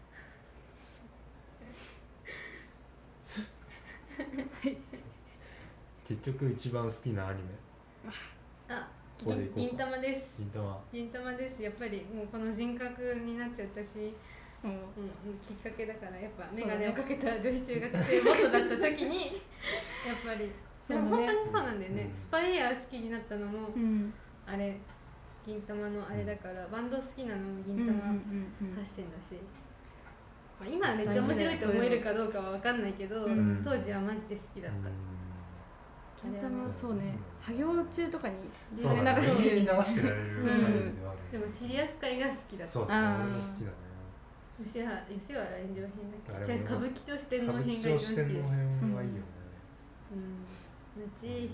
結局一番好きなアニメあここでいこうか銀玉です銀玉銀玉ですやっぱりもうこの人格になっちゃったし、 うんうん、きっかけだからやっぱそうだね眼鏡をかけた女子中学生元だった時にやっぱりでも本当にそうなんだよね、 うんスパイエア好きになったのも、 うんあれ銀玉のあれだから、バンド好きなのもうんうん銀玉うん発信だし、まあ、今はめっちゃ面白いと思えるかどうかは分かんないけど、 うん当時はマジで好きだった、 金玉そうね作業中とかにうんそれ流してる。 永遠に流してられるうんアニメではあるでもシリアス界が好きだったそうだあーね俺も好きだね吉原吉原炎上編だっあれもけじゃあ歌舞伎町四天王歌舞伎編が一番好きです町四天王編はいいよねうん夏大好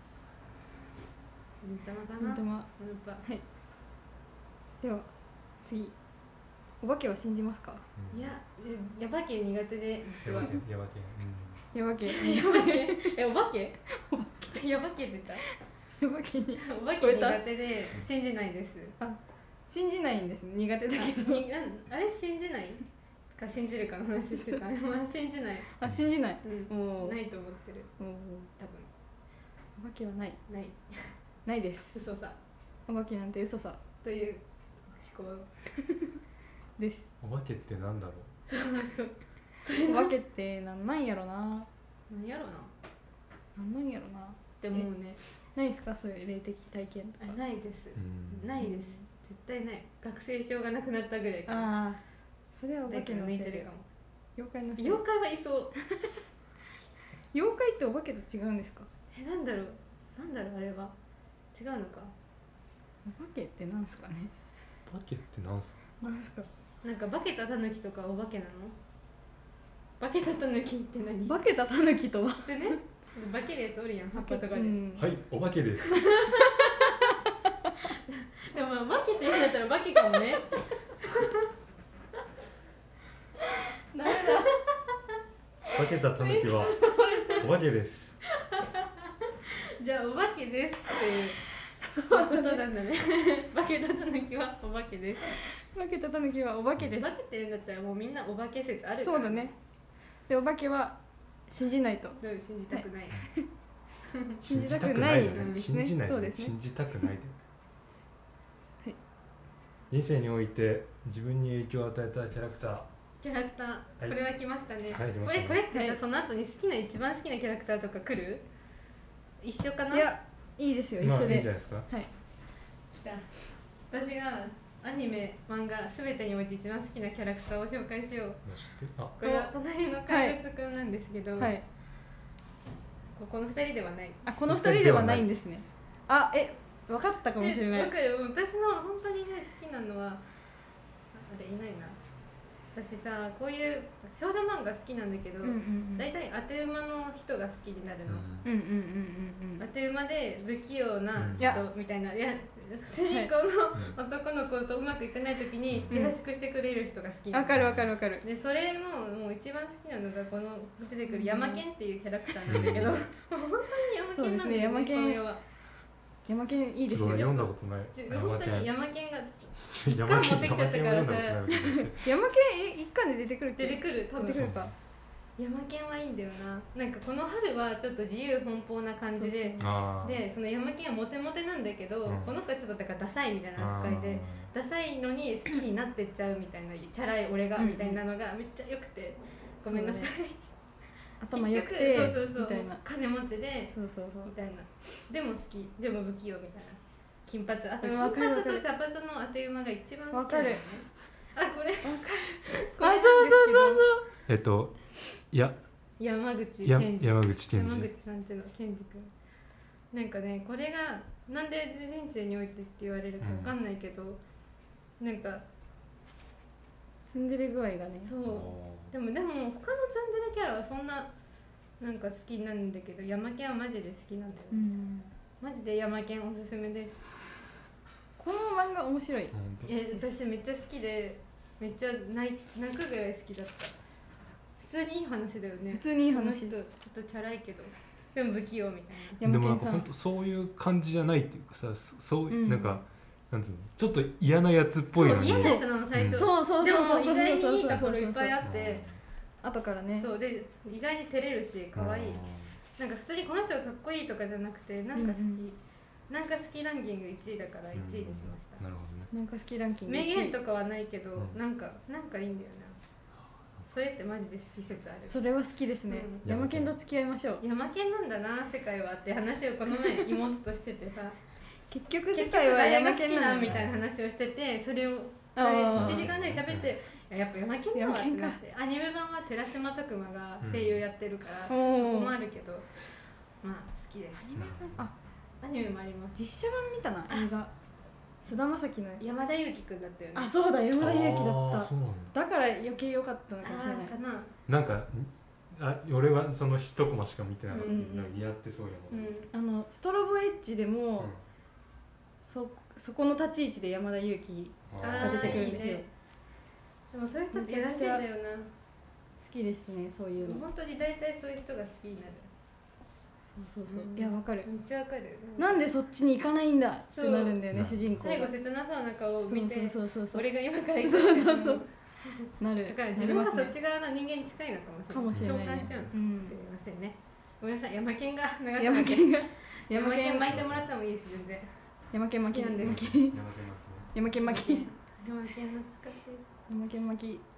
銀玉かな金玉。 やっぱでは次。お化けは信じますか？ きいやえやばけ苦手で実はやばけやばけやばけ。 やばけえお化けやばけって言ったやばけにお化け苦手で信じないです信じないんですね。苦手だけど。 になんあれ信じないか信じるかの話してたまあ信じないあ信じない。 うんおお。 ないと思ってるおお。 多分お化けはない。 ないないです。 嘘さお化けなんて嘘さという思考です。 お化けってなんだろそうそうそれおな化けってなんなんやろな。 なんやろななんなんやろな。 って思うねないですかそういう霊的体験とか。 あないですう、うんないです絶対ない学生証がなくなったぐらいかなああ。それはお化誰かけのせいでが抜いてるかも妖怪のせい。 妖怪はいそう妖怪ってお化けと違うんですか？ えなんだろうなんだろうあれは違うのかお化けってなんすかね。 お化けってなんすかなんすか。 なんか化けたタヌキとかお化けなの化けたタヌキって何化けたタヌキとは。 普通ね化けるやつおるやん葉っぱとかで、 うんはいお化けですでもまあ化けてるんだったら化けかもねダメだ。 化けたタヌキはお化けですじゃあお化けですっていうことなんだね化けたタヌキはお化けです化けたタヌキはお化けです化。けてるんだったらもうみんなお化け説あるからそうだね。でお化けは信じないと。 どういう信じたくない、 信じたくないよね信じないそうですね信じたくないではい人生において自分に影響を与えたキャラクターキャラクター、 はいこれは来ましたね、 はい来まこしたねれこれってさ、 はいその後に好きな一番好きなキャラクターとか来る一緒かないやいいですよ一まあ緒で。 いいんじゃないですすかはい。 じゃあ私がアニメ漫画すべてにおいて一番好きなキャラクターを紹介しようもう知ってるあこれは隣の怪物くんなんですけど、 はい。 ここの二人ではないあこの二人ではないんですね。あえ分かったかもしれない。 えわかる私の本当にね好きなのはああれいないな私さこういう少女漫画好きなんだけど、 うんうんうんだいたい当て馬の人が好きになるの、 うんうんうんうん当て馬で不器用なうん人みたいな、いや主人公の男の子とうまくいってない時にうん優しくしてくれる人が好きなの、 わかるわかるわかる。 でそれのもう一番好きなのがこの出てくるヤマケンっていうキャラクターなんだけど、 うんもう本当にヤマケンなんだよね、 そうですねヤマケンこの世は。 ヤマケンいいですよ。 ちょっと俺読んだことない。 ちょ本当にヤマケンがちょっとヤ巻持ってきちゃったからさヤマケン一巻で出てくるっけ？ 出てくる多分出てくるか。 ヤマケンはいいんだよな。なんかこの春はちょっと自由奔放な感じで、 あーでそのヤマケンはモテモテなんだけど、 うんこの子はちょっとだからダサいみたいな扱いで、ダサいのに好きになってっちゃうみたいな、チャラい俺がみたいなのがめっちゃ良くて、ごめんなさい。 頭良くて結局そうそうそうみたいな。 金持ちでそうそうそうみ。たいな、でも好きでも不器用みたいな、金髪、あとうん金わかるわかる髪と茶髪の当て馬が一番好きなんだよね。あこれわかる。 これあ、そうそうそうそう。 えっといや山口や健二山口健山二口さんちの健二君、なんかねこれがなんで人生においてって言われるかわかんないけど、なんかツンデレ具合がね。 そうでもでも他のツンデレキャラはそんななんか好きなんだけど、ヤマケンはマジで好きなんだよね、 うん。 マジでヤマケンおすすめです。 この漫画面白い。 え私めっちゃ好きで、めっちゃ泣い泣くぐらい好きだった。普通にいい話だよね。 普通にいい話。 この人ちょっとチャラいけどでも不器用みたいな。 ヤマケンさんでもなんか本。当そういう感じじゃないっていうかさ、そそう、 うんなんかなんつうのちょっと嫌なやつっぽいのにそう嫌なやつなの最初、 そうそうそうそう。 でも意外そうそうそうにいいところいっぱいあって、 後からね。 そうで意外に照れるし可愛い。なんか普通にこの人がかっこいいとかじゃなくて、なんか好き、 うんなんか好きランキングいちいだからいちいにしました。 なるほどね。 なんか好きランキング名いちい。 言とかはないけど、 うんなんかなんかいいんだよな。それってマジで好き説ある。 それは好きですね。 うんヤマケンと付き合いましょう。 ヤマケンなんだな世界はって話をこの前妹としててさ結局世結局界はヤ誰が好マケンなのきなんみたいな話をしてて、それをあーいちじかんぐらい喋って、いややっぱヤマケンだわってなっヤて、アニメ版は寺島拓磨が声優やってるから、 うんそこもあるけどまあ好きです。 あ、 アニメもあります。 実写版見たな映画。菅田将暉の。 山田裕貴くんだったよね。 あ、そうだ山田裕貴だったあーそう。なんだ。 だから余計良かったのかもしれないあ。ーかな。 なんかあ俺はその一コマしか見てなかったけど、 うんうんなんか似合ってそうやもん。 うん。 あのストロボエッジでも、 うんそそこの立ち位置で山田裕貴あが出てくるんですよ。 あーいいねでもそういう人って優しいんだよな。 好きですねそういうの。 本当に大体そういう人が好きになる。 そうそうそう。 うんいやわかる。 めっちゃわかる。 なんでそっちに行かないんだってそうなるんだよねそう主人公が。 最後切なそうな顔をそう見て、 そうそうそうそう。 俺が今から行くそうそうそうなる。 だから自分がそなりますねっち側の人間に近いのかもしれない。 かもしれないね共感しちゃうの。 うんすみませんね。ごめんなさい。山県が長くヤマなってケンが山ヤマケン県巻いてもらってもいいです全然。 ヤマケン巻き好きなんです巻き山手ヤマケン巻き山県懐かしい。 ヤマケン巻き。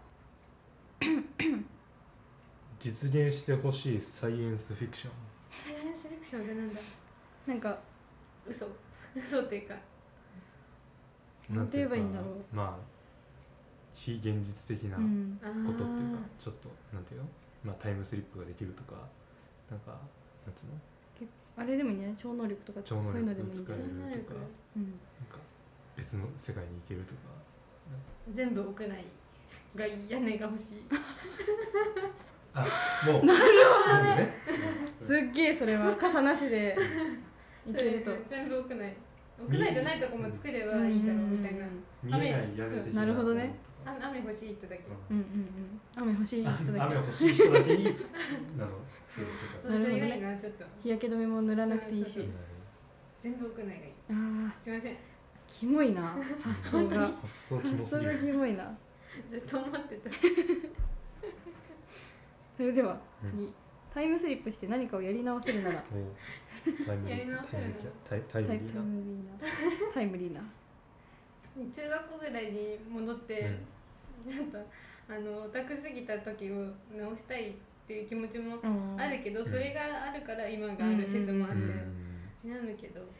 実現してほしいサイエンスフィクション。 サイエンスフィクションでなんだ。 なんか嘘嘘っていうか。 なんて言えばいいんだろう。 まあ非現実的なうこん。 あーとっていうか、ちょっとなんていうの、まあタイムスリップができるとか、なんかなんつうの、 あれでもいいね超能力とか超能力そういうのでもいい。 使える超能力とかうん。 なんか別の世界に行けるとか。 全部屋内が屋根が欲しい。 あ、もうなるほどね。 すっげえそれは傘なしでいけると。 全部屋内。屋内じゃないとこも作ればいいだろうみたいな。 見えない屋根的な。 なるほどねあ雨欲しい人だけ。 うんうんうん。雨欲しい人だけ。 雨欲しい人だけになのそういう世界。 そうそれがいいなちょっと。 日焼け止めも塗らなくていいし。 全部屋内がいい。 ああすいません。 キモいな発想が。 発想キモ発想がすぎる。 キモいな。 ずっと思ってた。 それではうん次、タイムスリップして何かをやり直せるなら。 おタイムリーやり直せるなタイタイタイムリーな。 ムリーな。タイムリーな。 中学校ぐらいに戻って、ちょっとあのオタクすぎた時を直したいっていう気持ちもうんあるけど、それがあるから今がある説もあっうんてうん悩むけど、うん、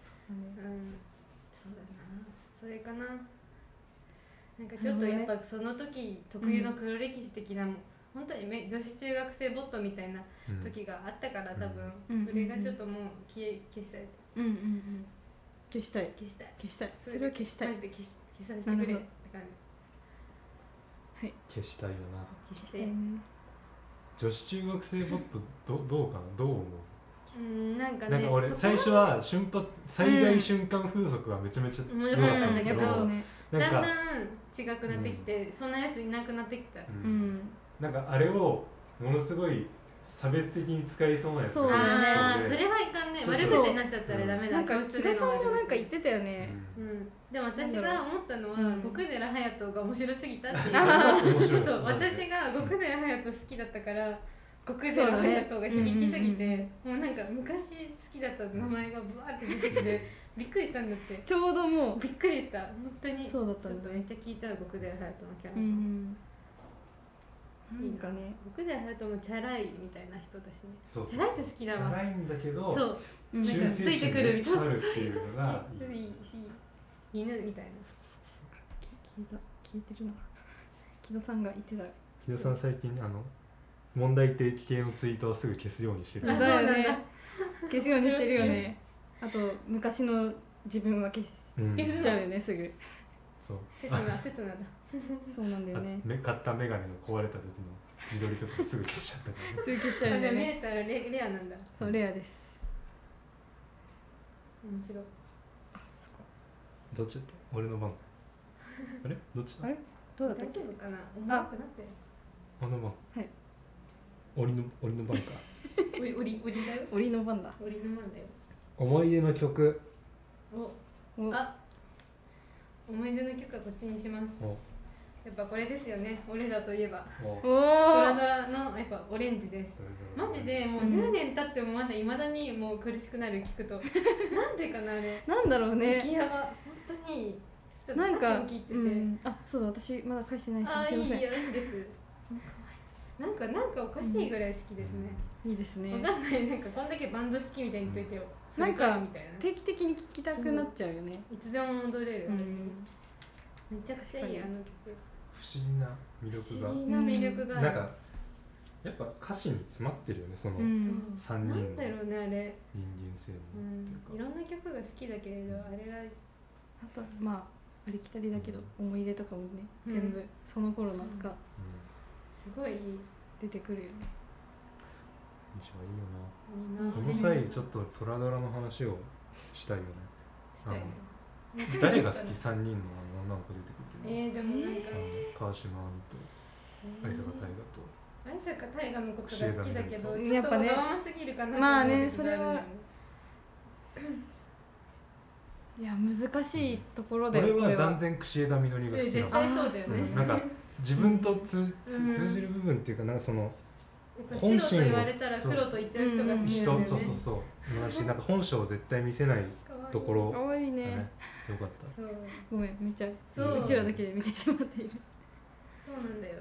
そうだな、それかな。なんかちょっとやっぱその時特有の黒歴史的なもん、本当にめ女子中学生ボットみたいなうん時があったから多うん分それがちょっともう消え消されてうんうんうん。消したい。 消したい。 消したい。それを消したい。 マジで消し消させてくれって感じ。 はい消したいよな。 消ししてね女子中学生ボットどどうかな、どう思う？ うんなんかねなんか俺そこ最初は瞬発最大瞬間風速がめちゃめちゃうん良かったんだうんけど、 よかったねなんかだんだん違くなってきて、そんなやついなくなってきた、 ううんんなんかあれをものすごい差別的に使いそうなやつそうだよねああそうでそれはいかんね、 ちょっと悪口になっちゃったらダメだ、 なんか教室木戸さんでの悪口もなんか言ってたよねうん、でも私が思ったのはうん極寺隼人が面白すぎたっていう、 面白いそうマジで私が極寺隼人好きだったから極寺隼人が響きすぎて、もうなんか昔好きだった名前がブワーって出てきてびっくりしたんだって。 ちょうどもうびっくりした本当に。 そうだったんだちょっとめっちゃ聞いちゃう極寺隼人のキャラうさん、 んなんかね極寺隼人もチャラいみたいな人だしね。 そうそうチャラいって好きだわ。 チャラいんだけどそううんなんか忠誠ついてくるみたいな、 心めっちゃあるっていうのがそういう人好きいい犬みたいな。 聞いた聞いてるな木戸さんが言ってた木戸さん最近あの問題提起系のツイートはすぐ消すようにしてる。 あだよそうなんだね消すようにしてるよねあと昔の自分は消しうん消しちゃうよねすぐそう切な切なだ。 そうなんだよあねめ買ったメガネの壊れた時の自撮りとかすぐ消しちゃったからね。 すぐ消しちゃうんだよあでも見ねれたらレレアなんだ。 そうレアです面白い。 どっちだっけ？俺の番。あれ？どっちだ？ あれどうだった大っけ丈夫かな。重くなって俺の番。 はい。 俺の俺の番か。 る。おりおりおりだよ。 檻の番だおりのもんだよ。 思い出の曲。 おおあ思い出の曲はこっちにします。 おやっぱこれですよね。俺らといえばおドラおドラのやっぱオレンジです。マジでもうじゅうねん経ってもまだいまだにもう苦しくなる聞くとなんでかなあれ。 なんだろうね激ヤバ本当にちょっとなんかさっきも聞いてて、 うんあそうだ私まだ返してないですあいいすいませんよいいです。なんかなんかおかしいぐらい好きですね。 いいですねわかんないなんかこんだけバンド好きみたいに言っといてよ。 なんかそれみたいな。 定期的に聞きたくなっちゃうよねいつでも戻れる。 うんめちゃくちゃいいあの曲。 不思議な魅力が不思議な魅力がある。 なんかやっぱ歌詞に詰まってるよねそのうんそう三人のなんだろうねあれ。 人間性うのんっていうか。 いろんな曲が好きだけれどあれがあとまあありきたりだけど思い出とかもねうん全部その頃のがすごいいい。 出てくるよねうん、一番いいよな。 みんなこの際ちょっとトラドラの話をしたいよね。 したいね。 誰が好きさんにんのあの女の子出てくるよね。 えー、でもなんかあの川島亜美と相坂大河と。 愛坂大河のことが好きだけど串ちょっとわ枝美がまますぎるかなってまあね思う時がるんだよいや難しいところだよ俺はこれは断然串枝みのりが好きなの。 絶対そうだようね。 んなんか自分と通通うん通じる部分っていうかなんかそのやっぱ本心を白と言われたら黒と言っちゃう人が好きなんだ人よね。 そうそうそうだしなんか本性を絶対見せないかわいいところかわいいねがねよかった。 そうごめんめっちゃそううちらだけで見てしまっているそうなんだよ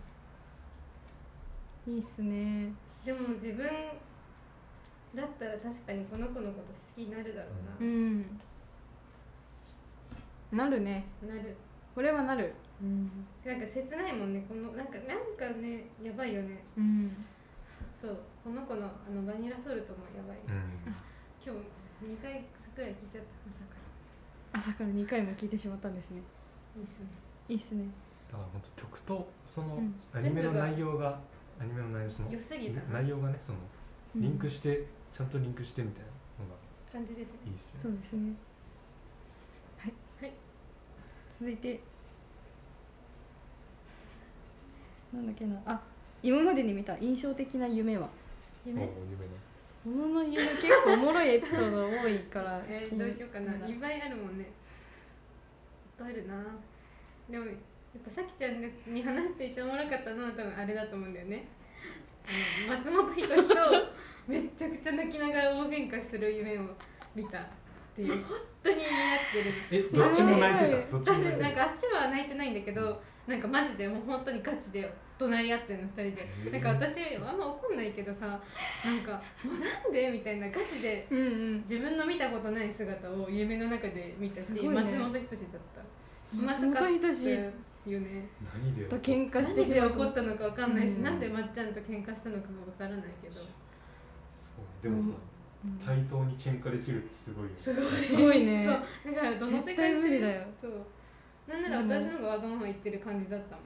いいっすねな。でも自分だったら確かにこの子のこと好きになるだろううんなるねな。なる。 これはなるなんか切ないもんねこのなんかなんかねやばいよね。 うんそうこの子のあのバニラソルトもやばい。 うん今日にかいくらい聞いちゃった朝から。 朝からにかいも聞いてしまったんですねいいっすね。 いいっすねだから本当曲とそのうんアニメの内容がアニメの内容その良すぎたな内容がねそのリンクしてちゃんとリンクしてみたいなのが感じですね。 いいっすよね。 そうですねはい、 はい、 続いてなんだっけなあ今までに見た印象的な夢は夢お夢ね。 ものの夢結構おもろいエピソード多いからえー、 気にどうしようかな。 まだいっぱいあるもんね。いっぱいあるな。でもやっぱさきちゃんに話して一番おもろかったのは多分あれだと思うんだよね。あの松本人志とめっちゃくちゃ泣きながら大喧嘩する夢を見たっていう本当に似合ってる。 えどっちも泣いてた。どっちも私泣いてた。 なんかあっちは泣いてないんだけど、なんかマジでもう本当にガチで怒鳴り合ってるのふたりで、 へーなんか私あんま怒んないけどさ、なんかもうなんでみたいなガチでうんうん自分の見たことない姿を夢の中で見たし、 すごいね松本人志だった気まずかった松本人志よね。 何でと喧嘩して何でしまう怒ったのかわかんないし、 うんなんでまっちゃんと喧嘩したのかもわからないけど、 そうでもさうん対等に喧嘩できるってすごいよね。 すごいすごいねそうだからどの世界絶対無理だよそうなんなら私の方がわがまま言ってる感じだったもん。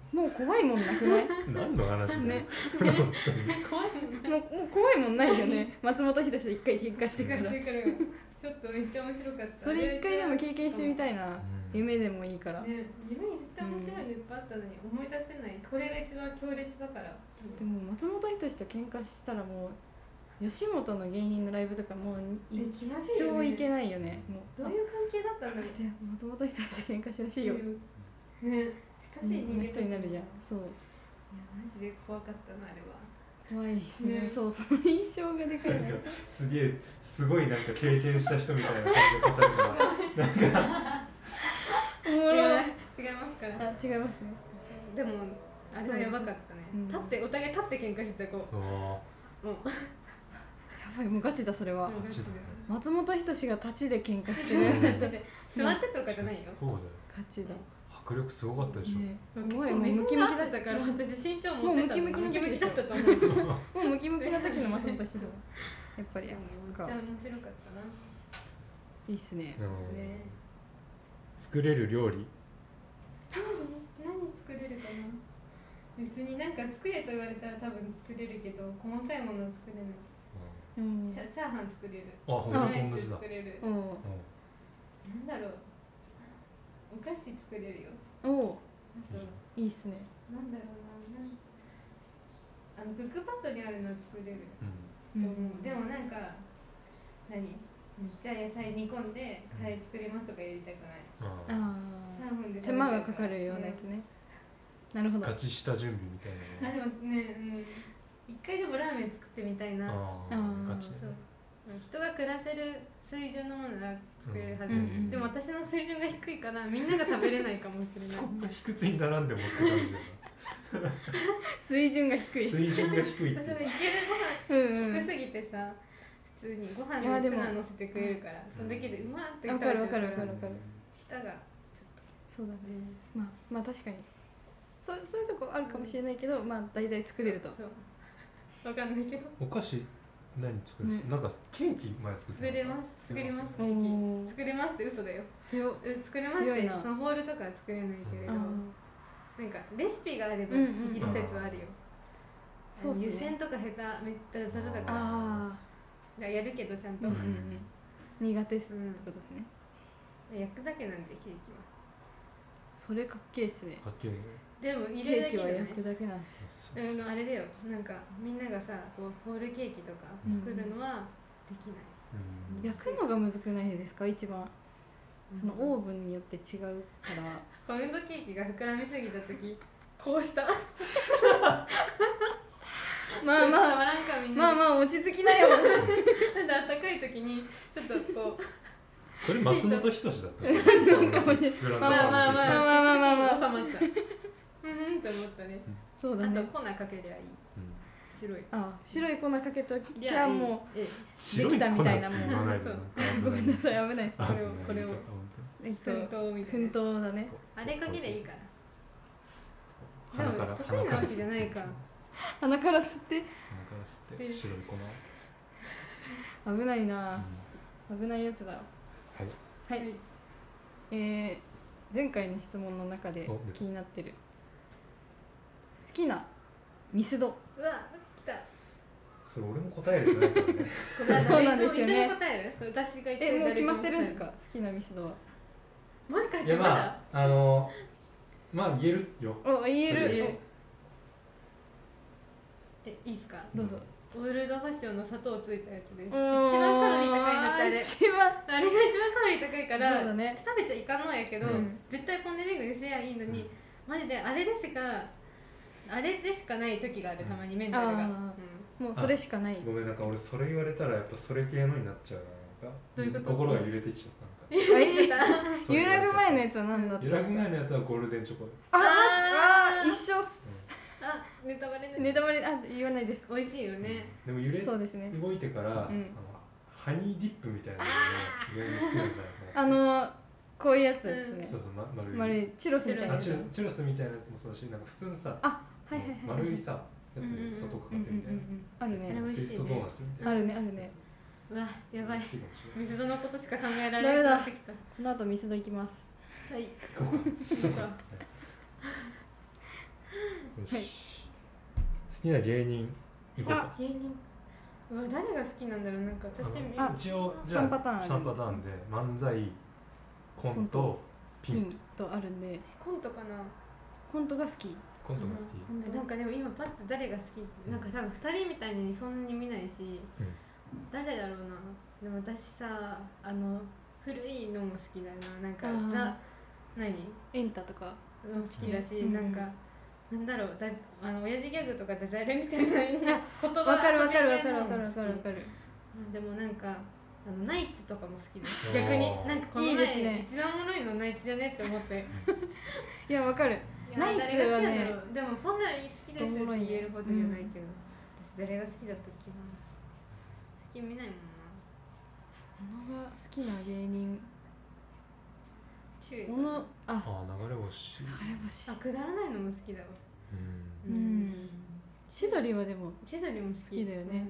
もう怖いもんなくない何の話だよ、 ね怖いもんねもうもう怖いもんないよね松本人志と一回喧嘩してからだからちょっとめっちゃ面白かった。 それ一回でも経験してみたいな、 うん夢でもいいから、 ね、夢に絶対面白いのいっぱいあったのに思い出せない。これが一番強烈だから。 でも松本人志と喧嘩したらもう吉本の芸人のライブとかもう一え気まずいよね生行けないよね。もうどういう関係だったんだろう。 あ松本人志と喧嘩したらしいよ、 ね、近しい人間人になるじゃん。そういやマジで怖かったなあれは。 怖いですね。 ねそうその印象がでかいねなんかすげえすごいなんか経験した人みたいな感じで語るからなんかおもろい。 違いますから。 あ違いますね。 でもあれはやばかったね。 うん立ってお互い立って喧嘩してたこう。 おーもうやばいもうガチだそれは。 もうガチで松本人志が立ちで喧嘩してうんる。 だって座ってとかじゃないよ。 そうだよガチだ。 迫力すごかったでしょ、 ね、 結怖い構目線もうムキムキだがあったから私身長持ってたのもうムキムキの時でしょムキムキだったと思う。 もうムキムキの時の松本人志だわ。やっぱりめっちゃ面白かったな。 いいっすね。 うんね。 作れる料理何作れるかな。別になんか作れと言われたら多分作れるけど細かいものは作れない。 うんチャチャーハン作れる。 あほんとオムライ同じだス作れる。 おなんだろう。お菓子作れるよ。 おおあといいっすね。 なんだろうな。なんあのクックパッドにあるの作れるうんと思う。でもなんか何？じゃあ野菜煮込んでカレー作りますとかやりたくない。 ああさんぷんであ手間がかかるようなやつね。なるほど。 ガチ下準備みたいあなのでもね、うん、一回でもラーメン作ってみたいな。 ああーガチそう人が暮らせる水準のものが作れるはず、 うんうんでも私の水準が低いからみんなが食べれないかもしれそないんな卑屈に並んでもって感じだ水準が低い。 な水準が低いって私のいけるうんうん。 ご飯低すぎてさ普通にご飯にいやでもツナ乗せてくれるからそれだけでうまってわかるわかるわかるわかる。 舌がちょっそうだね。 とねまあまあ確かに。そうそういうとこあるかもしれないけど、まあ大体作れると。 そうわかんないけどお菓子何作る、 ねなんかケーキ前作って作れます作りますケおーーキ作れますって嘘だよ強っ。 う作れますって強いなそのホールとかは作れないけれど、 あなんかレシピがあればうんうんできる説はあるよ、 そうっすね湯煎とか下手めっちゃ下手だからあだからやるけどちゃんー。 と、 うんうんうん。苦手っすってうんことですね。 焼くだけなんでケーキはそれかっけえっすね。 かっけえねでも入ケーキはれるだけじゃない焼くだけなんです。 そううんあれだよなんかみんながさこうホールケーキとか作るのはできない、 うん焼くのがむずくないですか一番。そのうんオーブンによって違うから。 パウンドケーキが膨らみすぎた時こうしたまあまあ伝わらんかみんなまあまあ落ち着きなよ。 なんであったかい時にちょっとこうそれ松本人志だったかもしれない膨らんだまあまあまあまあまあまあまあまあ収まったうんって思ったねそうだね。 あと粉かけりゃいいうん白いあ白い粉かけといきゃもええ白いできたみたいなもん粉って言わないでそううごめんなさい危ないです。 あこれをこれをえっと奮闘みたい奮な闘だね。 あれかけりゃいいからで鼻からも得意なわけじゃないか鼻から吸って鼻から吸って白い粉を危ないな。 うん危ないやつだ。 はいはい。えー、前回の質問の中でお気になってる好きなミスド。 うわ来たそれ俺も答えるじゃないからねごめんそうなんですよね一緒に答える私が言ってえもう決ま誰もってるんですか好きなミスドは。 もしかしいやてまだまああのまあ言えるよお言える。 ええいいっすかどうぞ。 オールドファッションの砂糖ついたやつです一一番番カロリー高いんだってあれ一番あれが一番カロリー高いからそうだね。 食べちゃいかんのやけど、 うん絶対ポン・デ・リングにすりゃいいのに、マジであれでしかあれでしかない時があるたまにメンタルが、 あーうんもうそれしかない。 ごめんなんか俺それ言われたらやっぱそれ系のになっちゃうななんかどういうこと心が揺れてきちゃったあいいそう揺らぐ前のやつは何だったん揺らぐですか。 前のやつはゴールデンチョコああーあー一緒っす。 あネタバレねネタバレあ言わないです。 美味しいよね、 でも揺れそうですね。 動いてから、あのハニーディップみたいなのが意外に好きなんじゃないかなあのこういうやつですねそ。うそう、ま、丸い丸いチュロスみたいなやつあチ。ュチュロスみたいなやつもそうだしなんか普通のさあはいはいはい。 丸いさやつうんうんうんで外かかうんうんうってみたいな、 んあるね。 あれ美味しいねツイストドーナツみたいなあるねあるね。 うわやばい好きかもしれない水戸のことしか考えられなくなってきたこの後ミスド行きます。 はい行こうかそうかよし、 はい好きな芸人いこうか。 芸人うわ誰が好きなんだろう。なんか私あ一応じゃあさんパターンあるんですさんパターンで漫才、コント、ピン。 ピンとあるんでコントかな。 コントが好き。 コントが好き。 コントなんかでも今パッと誰が好きってなんか多分ふたりみたいにそんなに見ないし、 うん誰だろうな。でも私さあの古いのも好きだな。なんかあーザ何エンタとかも好きだし、 うんなんかなんだろうだあの親父ギャグとかダジャレみたいな言葉わかるわかるわかる遊び系のわかるわも好きかるわかる。 でもなんかあのナイツとかも好きであー逆になんかこの前いいですね一番おもろいのナイツじゃねって思っていやわかる。 いやナイツはね誰が好きなんだろうでもそんな好きですって言えるほどじゃないけど、私誰が好きだったっけな。最近見ないもんな。 小野が好きな芸人。 中英小野あああ、流れ星。 流れ星あ。くだらないのも好きだわ。 うん。 うん千鳥はでも千鳥も好き好きだよね。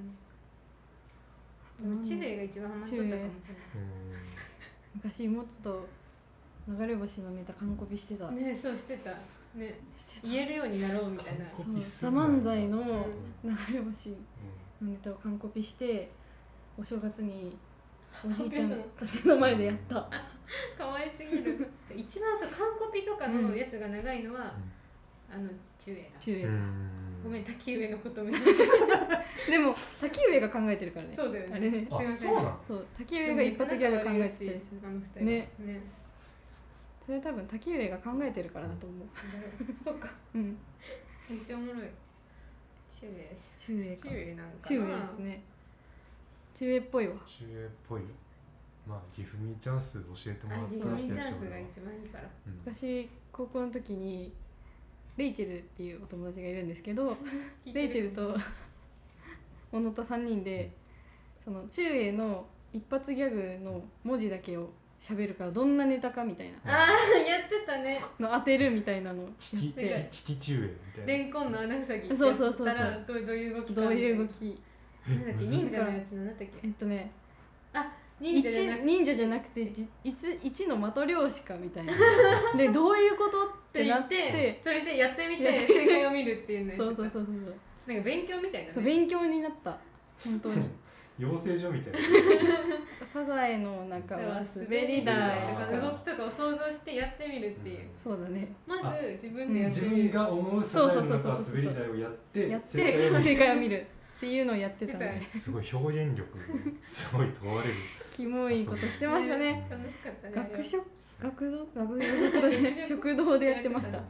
うん、中英が一番ハマっとったかもしれない。 うん昔妹と流れ星のネタ完コピしてた。 ねそうしてたねしてた言えるようになろうみたいな。 コそうピーするザ漫才のうん流れ星のネタを完コピしてお正月におじいちゃんたちの前でやった。 可愛すぎる。一番そう完コピとかのやつが長いのは、あの中英だ。 中英か。 うん。 ごめん滝上のことみたいでも滝上が考えてるからね。 そうだよねあれね。 あすいませんそうなの。 そう滝上が一発ギャグ考えてたりする。 あの二人ねねそれ多分滝上が考えてるからだと思う。 そっかうん。 めっちゃおもろい。中英中英か。 中英なんかな中英ですね。中英っぽいわ。 中英っぽい。まあギフミチャンス教えてもらあったらしいディズニーチャンでしょうがスが一番いいから。 うん昔高校の時にレイチェルっていうお友達がいるんですけど、レイチェルと小野とさんにんでその中英の一発ギャグの文字だけを喋るからどんなネタかみたいなああやってたね。 の当てるみたいなのやチキってチキ中英みたいな。 レンコンの穴ふさぎそうそうそうそうやったらどうどういう動きかどういう動みきたいな。なんだっけ忍者のやつなんだったっけ。 えっとね忍者じゃなくて忍者じゃなくてじいつ一のマトリョーシカみたいなでどういうことっって言ってなっててそれでやってみてやって正解を見るっていうのやそうってたそうそうそうそうなんか勉強みたいなね。 そう勉強になった本当に養成所みたいな。 サザエの中は滑滑りり台台ととかか動きとかを想像してやってみるっていう。 そうだねまず自分でやって自みる。 分が思うサザエの中は滑り台をやってやって正解を見る正解を見るっていうのをやってたねすごい表現力すごい問われる。 キモいことしてましたね楽しかったね。 学食学童学童で食堂でやってましたや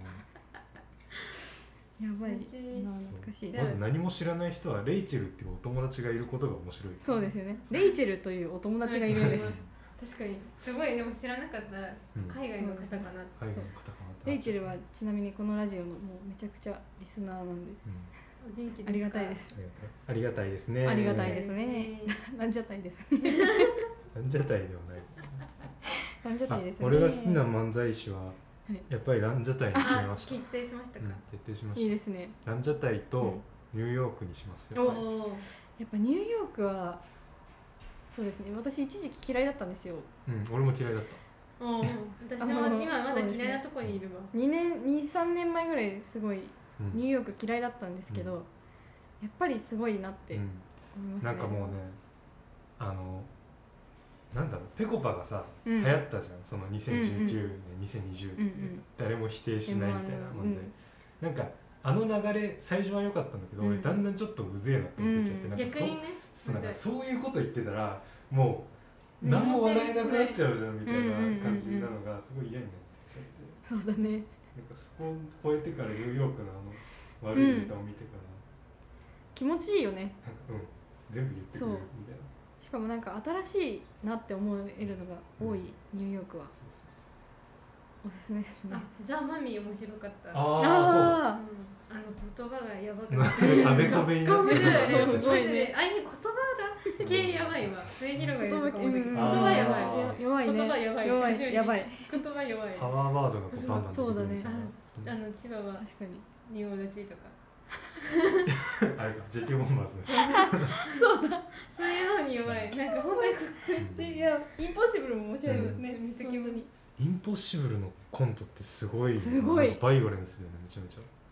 ばいな懐かしいまず何も知らない人はレイチェルっていうお友達がいることが面白い。 そうですよねレイチェルというお友達がいるんです確かにすごいでも知らなかったらうん海外の方かな。 海外の方かな。 レイチェルはちなみにこのラジオのもうめちゃくちゃリスナーなんでうんお元気ですか。 ありがたいですありがたいですね。 ありがたいですねね。 ランジャタイですねランジャタイではない。 ランジャタイですね俺が好きな漫才師ははいやっぱりランジャタイに決めあました。 決定しましたうんか。 決定しましいいですねた。ランジャタイとニューヨークにしますおよ。 お。 やっぱニューヨークはそうですね私一時期嫌いだったんですようん、俺も嫌いだった。 おお。私あもの今まだ嫌いなとこにいるわ。 にねんにさんねんまえぐらいすごいうんニューヨーク嫌いだったんですけど、 うんやっぱりすごいなってうん思いますね、 なんかもうね、あのなんだろう、ペコパがさ、 うん流行ったじゃん、そのにせんじゅうきゅうねん、 うんにせんにじゅうって、 うんうん誰も否定しないみたいなエムワン の漫才、なんかあの流れ最初は良かったんだけど、 うん俺だんだんちょっとうぜえなって思ってきちゃって、 うんなんか逆にね。 そなんかそういうこと言ってたらもう何も笑えなくなっちゃうじゃんみたいな感じなのがすごい嫌になってきちゃって、 そうだねなんかそこを超えてからニューヨークのあの悪いネタを見てから、 気持ちいいよねなんかうん全部言ってくれるみたいな。 しかもなんか新しいなって思えるのが多い、ニューヨークはそうおすすめですねあ、ザ・マミー面白かった。 そうそう。ああ、そうだ。 あうんあの言葉がやばくなて。 あべこべになってるやつ面でしょ白いね。ああいう言葉が系やばいわ。末広がいるとか思ったけど、言うん葉やばい。 あー弱いね言葉やばい弱初めていやばい言葉弱い。 パワーワードがこうバンバン出てくるみたいな。 あの千葉は確かに仁王立ちとか。 あれか、ジェイケー ボンバーズね。 そういうのに弱い。なんか本当にいやインポッシブルも面白いですね、 うんめっちゃ気持ちいい本当にインポッシブルのコントってすごい。 すごいバイオレンスだよね、めちゃめちゃ。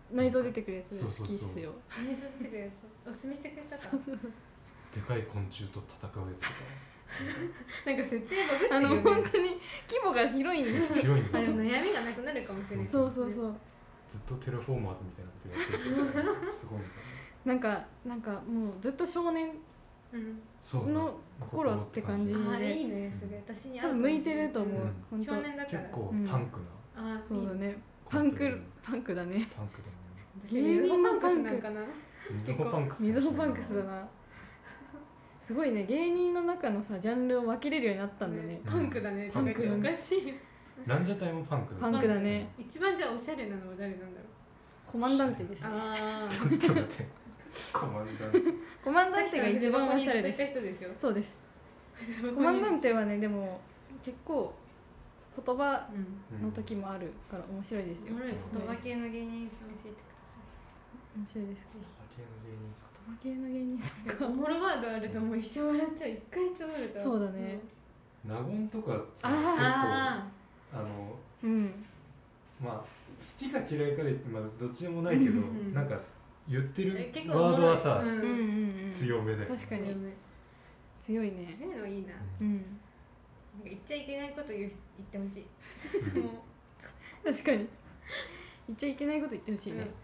内臓出てくるやつ好そうそうそうきっすよ。 内臓出てくるやつおすすめしてくれたかでかい昆虫と戦うやつとかなんか設定バグってあのるよね本当に規模が広いんですよ。 広いんだあでも悩みがなくなるかもしれないそうそうそう。 ずっとテラフォーマーズみたいなことやってるすごいみたいななんかなんかもうずっと少年うんそうの心って感じああいいねそれ私に合う多分向いてると思う。 うん本当。 少年だから結構パンクな、 あそうだねね。パンク本当にパンクだね。 パンクだね私水穂パンクスなんかな水穂パンクス水穂パンクスだな。すごいね、芸人の中のさジャンルを分けれるようになったんだね。 パンクだねパンクとか言っておかしいよランジャタイもパンクだパンクだね。 一番じゃあおしゃれなのは誰なんだろうコマンダンテですね。 ああちょっと待ってコマンダントコマンダンテが一番おしゃれです。 人でしょそうです。コマンダンテはねでも結構言葉うんの時もあるから面白いですよ。 おもろいです言言葉系の芸人さん教えてください面白いです。 系の芸人さん言葉系の芸人さんか。 おもろワードあるともう一生笑っちゃう一回つぶるとそうだねナゴンとかさあー結構ああのうん。 まあ好きか嫌いかで言ってまずどっちでもないけど、 うんなんか言ってるー結ワ構おもろいードはさ、 うんうんうんうん。 強めだよね確かに強め強いね。 そういうのいいななんかうん。 言っちゃいけないこと言う言ってほしいうんも確かに。言っちゃいけないこと言ってほしいね。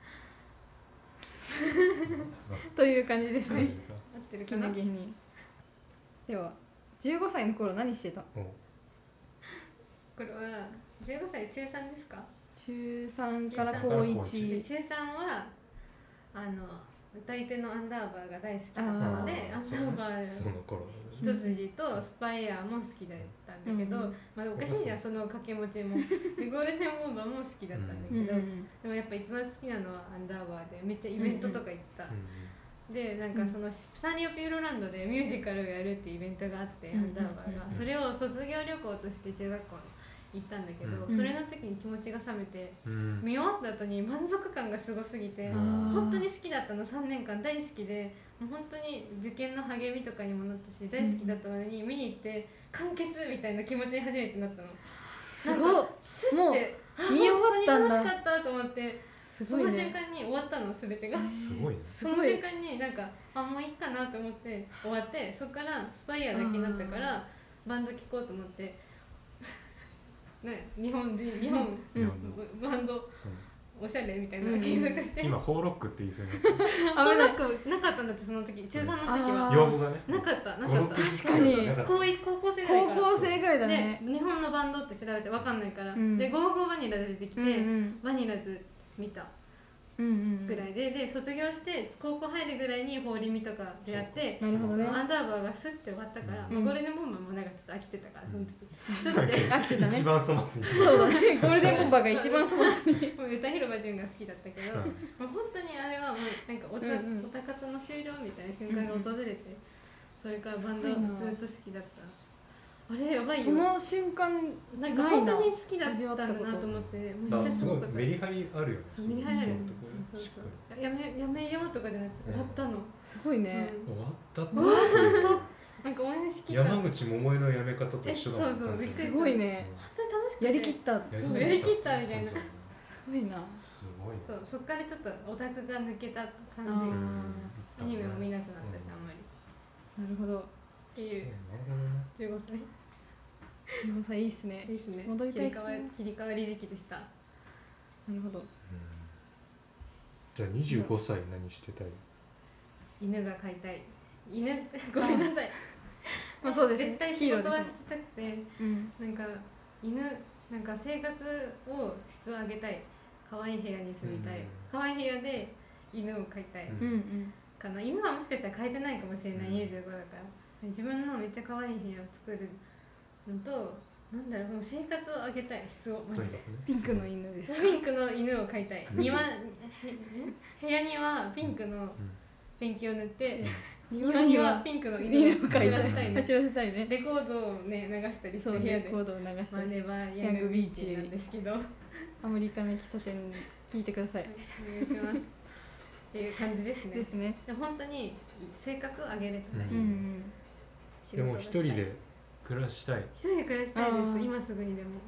そうという感じですね。 感じかう合ってる好きかなな芸人。ではじゅうごさいの頃何してた？ おこれはじゅうごさい中さんですか中さんから高高で一。 中さんはあの歌い手のアンダーバーが大好きだったのであアンダーバーその頃一筋とスパイアも好きだったんだけど、 うんまあ、おかしいじゃんその掛け持ちもでゴールデンボンバーも好きだったんだけど、 うんうんでもやっぱ一番好きなのはアンダーバーでめっちゃイベントとか行った、でなんかそのサンリオピューロランドでミュージカルをやるっていうイベントがあって、 うんアンダーバーが、 うんそれを卒業旅行として中学校に行ったんだけど、 うんそれの時に気持ちが冷めてうん見終わった後に満足感がすごすぎて、 うん本当に好きだったのさんねんかん大好きでもう本当に受験の励みとかにもなったし大好きだったのに、見に行って完結みたいな気持ちに初めてなったの。 すごい。 スもうッて見終わったんだ本当に楽しかったと思ってすごいその瞬ね。 間に終わったの全てが。 すごいねすごいその瞬間になんかあもういいかなと思って終わってそこからスパイアだけになったからバンド聴こうと思ってね日本人日本うんバンドおしゃれみたいなの検索して、 今ホーロックって言いそうになっあ危なくなかったんだってその時中さんの時はた用語がねなかったなかったゴロック確かになかった高一高校生ぐらいから高校生ぐらいだね。 で日本のバンドって調べてわかんないから、 うんでゴーゴーバニラ出てきて、 うんうんバニラズ見たうんうん。 ぐらいで、で卒業して高校入るぐらいにホーリミとか出会ってなるほどね。 アンダーバーがスッて終わったから、 うんまあ、ゴールデンボンバーもなんかちょっと飽きてたからその時、スなんかッて飽きてたね一番粗末にそうだね。ゴールデンボンバーが一番そうですね。 もう歌広場潤が好きだったけど、 うんもう本当にあれはもうなんかオタ,、 うんうんオタ活の終了みたいな瞬間が訪れて、それからバンドすごいなずっと好きだったあれやばいよその瞬間なんか本当に好きだったんだな味わったことと思ってめっだからすごいちゃすごかったメリハリあるよねそうメリハリあるそのところそうそうしっかそうやめやめようとかじゃなくて終わったの、 すごいね。 り終わったって終わったなんか応援しきった山口百恵のやめ方と一緒だもんえそうそうびっくりすごいね。 本当に楽しくてやりきった。 そうやりきったみたいなすごいな。 すごいねそうそっからちょっとオタクが抜けた感あじアニメも見なくなったしあんまりなるほど。 っていうなるほどねじゅうごさいじゅうごさいいいっすね。 ですね戻りたいっすね切り替わり切り替わり時期でしたなるほど。 じゃあにじゅうごさい何してたい犬が飼いたい犬ごめんなさいまあそうですね絶対仕事はしたくてうん。 なんか犬なんか生活を質を上げたい可愛い部屋に住みたいうん可愛い部屋で犬を飼いたいうんうんうん。 かな犬はもしかしたら飼えてないかもしれない、 うんにじゅうごだから自分のめっちゃ可愛い部屋を作るのとなんだろうもう生活を上げたい質をマジでとにかくねピンクの犬ですか。 ピンクの犬を飼いたいうん庭へ部屋にはピンクのペンキを塗って庭にはピンクの犬を犬を飼いたい。 走らせたいね走らせたいね。 レコードをね流したりしてそう部屋でレコードを流したり。 マネバーヤングビーチなんですけどアメリカの喫茶店聞いてください。 お願いしますっていう感じですねですね。 で本当に生活を上げれたらいい、 うんうん仕でも事がしたい一人で暮らしたい一人で暮らしたいであーす今すぐにでも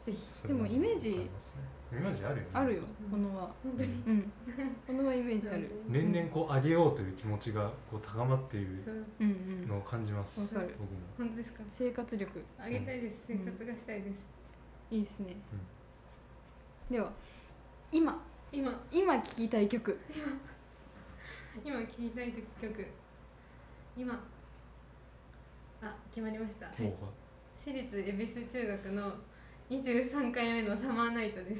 ぜひ。 それはでもイメージわかりますねイメージあるよねあるよ小野は。 本当にうん小野はイメージある。 年々こう上げようという気持ちがこう高まっているそううんうんのを感じます、 わかる。 僕も本当ですか。 生活力あげたいです。 うん生活がしたいです。 いいですね。では今今今聴きたい曲。 今聴きたい曲。今あ決まりました。 もう私立恵比寿中学のにじゅうさんかいめのサマーナイトです。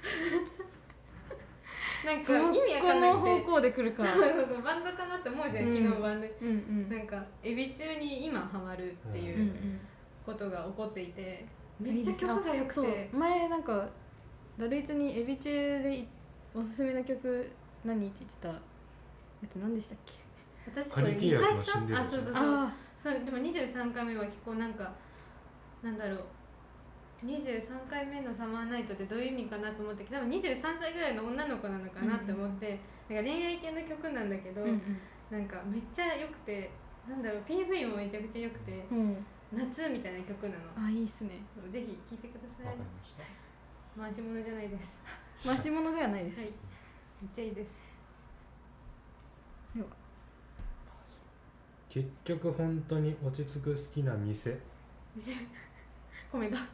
なんそか意味わかんなくて。 この方向で来るか。 そうそうバンドかなって思うじゃん、 うん昨日バンド。 うんうんなんかエビ中に今ハマるっていうんううんことが起こっていて、めっちゃ曲が良くそうて。 前なんかダルイツにエビ中でおすすめの曲何って言ってたやつ何でしたっけ。 私これにかい行ったあそうそうそうあそうでもにじゅうさんかいめは結構なんかなんだろうにじゅうさんかいめのサマーナイトってどういう意味かなと思って多分にじゅうさんさいぐらいの女の子なのかなって思って、なんか恋愛系の曲なんだけど、 うんうんなんかめっちゃ良くてなんだろう ピーブイ もめちゃくちゃ良くてうん夏みたいな曲なの。 あいいっすね。 ぜひ聴いてください。 わかりました回し物じゃないです回し物ではないです。 はいめっちゃいいです。 では結局本当に落ち着く好きな店米だ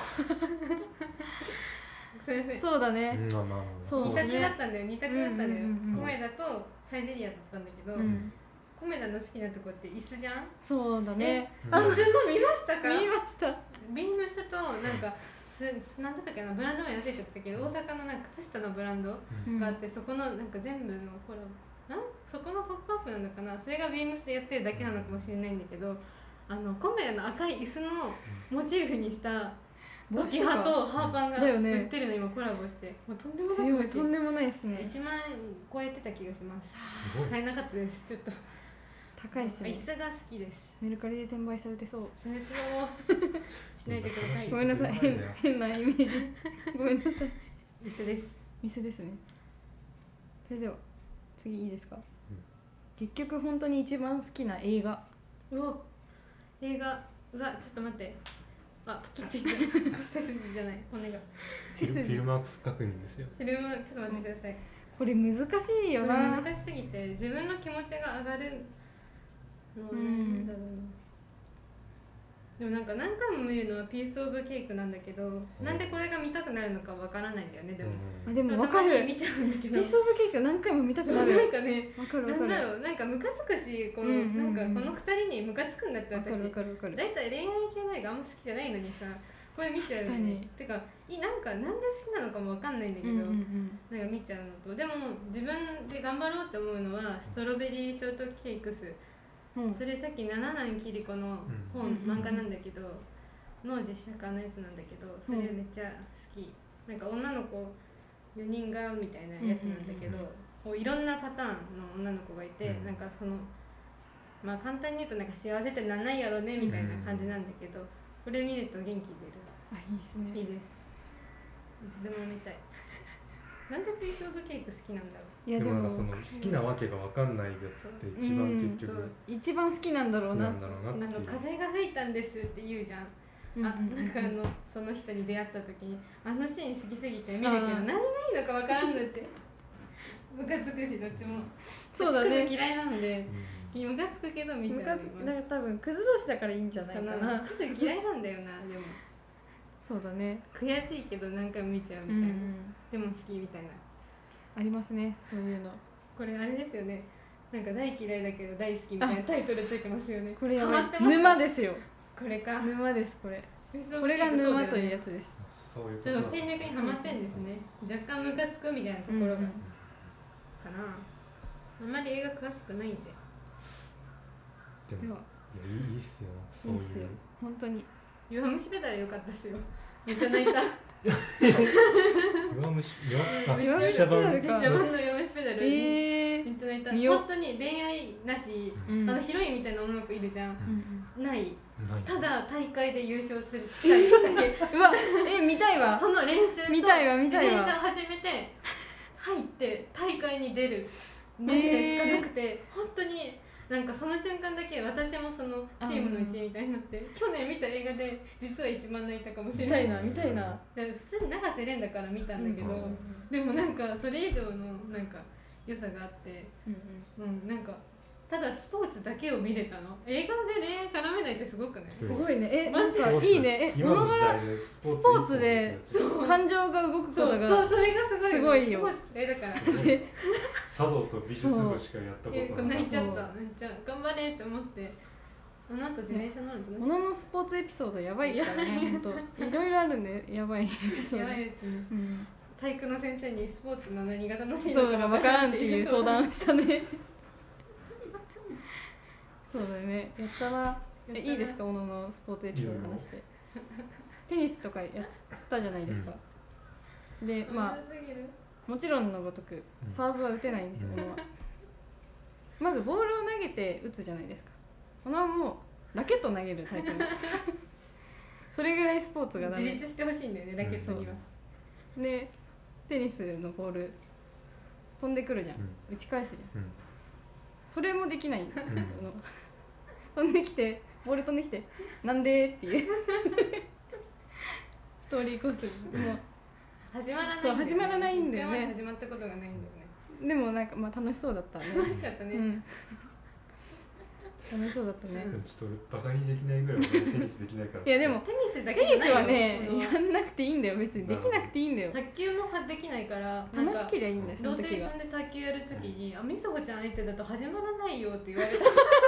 すいませんそうだね。 うんまあまあまあ二そうですね択だったんだよ二択だったんだよ、 うんうんうんうん米田とサイゼリアだったんだけど、 うん米田の好きなとこって椅子じゃん。 そうだね。 うん椅子の見ましたか。 見ました。 ビームスとなんかすなんだったっけなブランド名忘れちゃったけど大阪のなんか靴下のブランドうんがあって、そこのなんか全部のコラボんそこのポップアップなのかな、それがビームスでやってるだけなのかもしれないんだけど、あのコメダの赤い椅子のモチーフにしたボキハとハーパンがだよね売ってるの今コラボして、もうとんでも強ないいとんでもないですね。 いちまん超えてた気がします。 すごい買えなかったです。ちょっと高いですね。 椅子が好きです。 メルカリで転売されてそう。 それとしないでください。 ごめんなさい。変な変なイメージ。ごめんなさい。 椅子です。 ミスですね。それでは次いいですか。 うん結局本当に一番好きな映画。 うお映画うわちょっと待ってあパキッていった背筋じゃない骨がフィルフィルマークス確認ですよフィルムちょっと待ってください。 これ難しいよこれな。 難しすぎて自分の気持ちが上がるのはうんなんだろうな、でもなんか何回も見るのはピースオブケイクなんだけど、 んなんでこれが見たくなるのかわからないんだよね。でも、 あでもわかたまる。 に見ちゃうんだけどピースオブケーキを何回も見たくななる。 んかねわかるわかる。 なんだろうなんかムカつくしこの、 うんうんうんなんかこのふたりにムカつくんだって私わかるわかるわかる。 だいたい恋愛系の映画あんま好きじゃないのにさこれ見ちゃうよね。てかいなんかなんで好きなのかもわかんないんだけど、 うんうんうん。 なんか見ちゃうのとでも自分で頑張ろうって思うのはストロベリーショートケークス、 うんそれさっき七男キリコの本、 うん漫画なんだけどの実写化のやつなんだけどそれめっちゃ好き、なんか女の子よにんがみたいなやつなんだけど、こういろんなパターンの女の子がいて、 うんなんかそのまあ簡単に言うとなんか幸せってなんないやろねみたいな感じなんだけど、これ見ると元気出る。 あいいですね。 いいです。いつでも見たい。なんでピースオブケーク好きなんだろう。 いやでもでもその好きなわけが分かんないやつって一番結局そう一番好きなんだろうな。 好きなんだろうななんっていうか風が吹いたんですって言うじゃん。 うんあ、なんかあのその人に出会った時にあのシーン好きすぎて見るけどあー何がいいのかわからんのってムカつくしどっちも。 そうだねクズ嫌いなのでうんムカつくけど見ちゃう。 ムカつくだから多分クズ同士だからいいんじゃないかかな。 な。クズ嫌いなんだよなでもそうだね。 悔しいけど何回も見ちゃうみたいな。 うんうん。 でも好きみたいな。 ありますねそういうの。 これあれですよね。なんか大嫌いだけど大好きみたいなタイトルついてますよね。 これやばいハマってます沼ですよ。 これか。 沼ですこれ。 ピースオこれがブケークそうだ沼というよねやつです。 そういうこそのとだ戦略にハマってんですね。若干ムカつくみたいなところが、 うんうんかな。あんまり映画詳しくないんで。 でもではいやいいいっすよそういいいっすよう本当に。 弱虫ペダル良かったっすよ。めっちゃ泣いた。 弱虫弱あ弱虫実写版ペダル実写版の弱虫ペダル。 ええめっちゃ泣いた。 見よう本当に恋愛なし、 うんあのヒロインみたいな女の子いるじゃん。 うんない。 ないただ大会で優勝するしたいだけ。 うん。うわえ見たいわ。 その練習と見たいわ見自たいわ転車を始めて入って大会に出るまでしかなくて、本当になんかその瞬間だけ私もそのチームの一員みたいになって、去年見た映画で実は一番泣いたかもしれない。 みたいなみたいな。 だから普通に永瀬廉だから見たんだけど、 うんでもなんかそれ以上のなんか良さがあって、 うんうん、なんかただスポーツだけを見れたの。映画で恋愛絡めないってすごくない？ すごいね。え、 マジなんかいいね。え、 今の物が時代でススポーツでそう感情が動くことそうがそう、それがすごいすごいよスポーツえだから茶道と美術部しかやったこえとない。 泣いちゃった。めっちゃ頑張れって思って。あの後自転車乗るともののスポーツエピソードやばいからね。本当いろいろあるんでやばいエピソード。 やばいですね。 うん。 体育の先生にスポーツの何が楽しいそうだのかから分からんっていう相談談したね。そうだよね。やったな。え、いいですか、小野のスポーツエピソード話して。テニスとかやったじゃないですか。で、まあもちろんのごとくサーブは打てないんですよ、小野は。まずボールを投げて打つじゃないですか。小野はもうラケットを投げるタイプの。それぐらいスポーツがダメ。 自立してほしいんだよね、ラケットには。 で、テニスのボール飛んでくるじゃん、 うん打ち返すじゃん、 うん、 それもできないんだよ、 うんあの飛んできてボール飛んできてなんでっていう通り越す。も始まらないんだよね。 そう始まらないんだよね一回も始まったことがないんだよね。 うでもなんかまあ楽しそうだったね。 楽しかったね。 うん、楽しそうだったね。 ちょっとバカにできないぐらい俺テニスできないから。 いやでもテニスだけテニスじゃないよはねこのやんなくていいんだよ。別にできなくていいんだよ。 卓球もできないから楽しけりゃいいんだよ、そローテーシの時がョンで卓球やるときに「あみずほちゃん相手だと始まらないよ」って言われた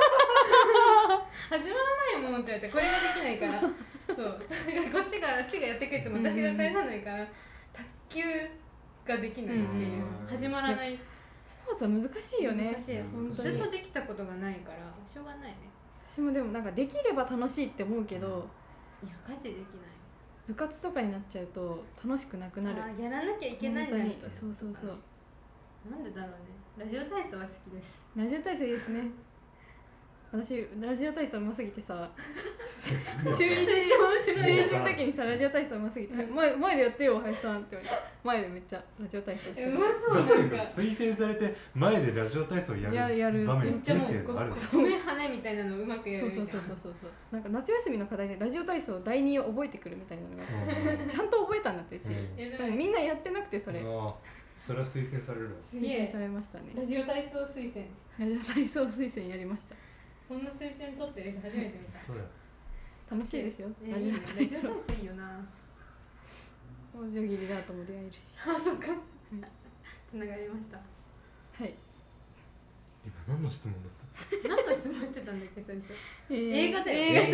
始まらないもんって言われて、これができないからそうこっちがあっちがやってくれても私が返さないから、卓球ができないっていう、 うん始まらない。 スポーツは難しいよね。 難しいよ本当にずっとできたことがないからしょうがないね。 私もでもなんかできれば楽しいって思うけど、 いやガチでできない。 部活とかになっちゃうと楽しくなくなる。 あーやらなきゃいけないんだ本と当にそうそうそう。 なんでだろうね。ラジオ体操は好きです。 ラジオ体操いいですね。私ラジオ体操うますぎてさ、中一めっちゃ面白い。 中一の時にさラジオ体操うますぎて、前前でやってよ林さんって言われて、前でめっちゃラジオ体操してうた。 まそうなんか。 推薦されて前でラジオ体操やるややる場面人めっちゃもうこ生であるの。 米羽みたいなのうまくやるみたいな。 そうそうそうそうそう。なんか夏休みの課題でラジオ体操第二を覚えてくるみたいなのがうんちゃんと覚えたんだってうち。 うんで偉い。 もみんなやってなくてそれうわそれは推薦されるわ。 推すげえ。 薦されましたね。 ラジオ体操推薦。 ラジオ体操推薦やりました。 そんな推薦取ってる人初めて見た。 そうだよ。 楽しいですよ。 えいいね。 ラジオラジオ体操。 体操いいよな。 女切りだとも出会えるし。 あ、そっか。つながりました。 はい。 今何の質問だった？ 何の質問してたんだっけ最初。 えー映画だよ。 映画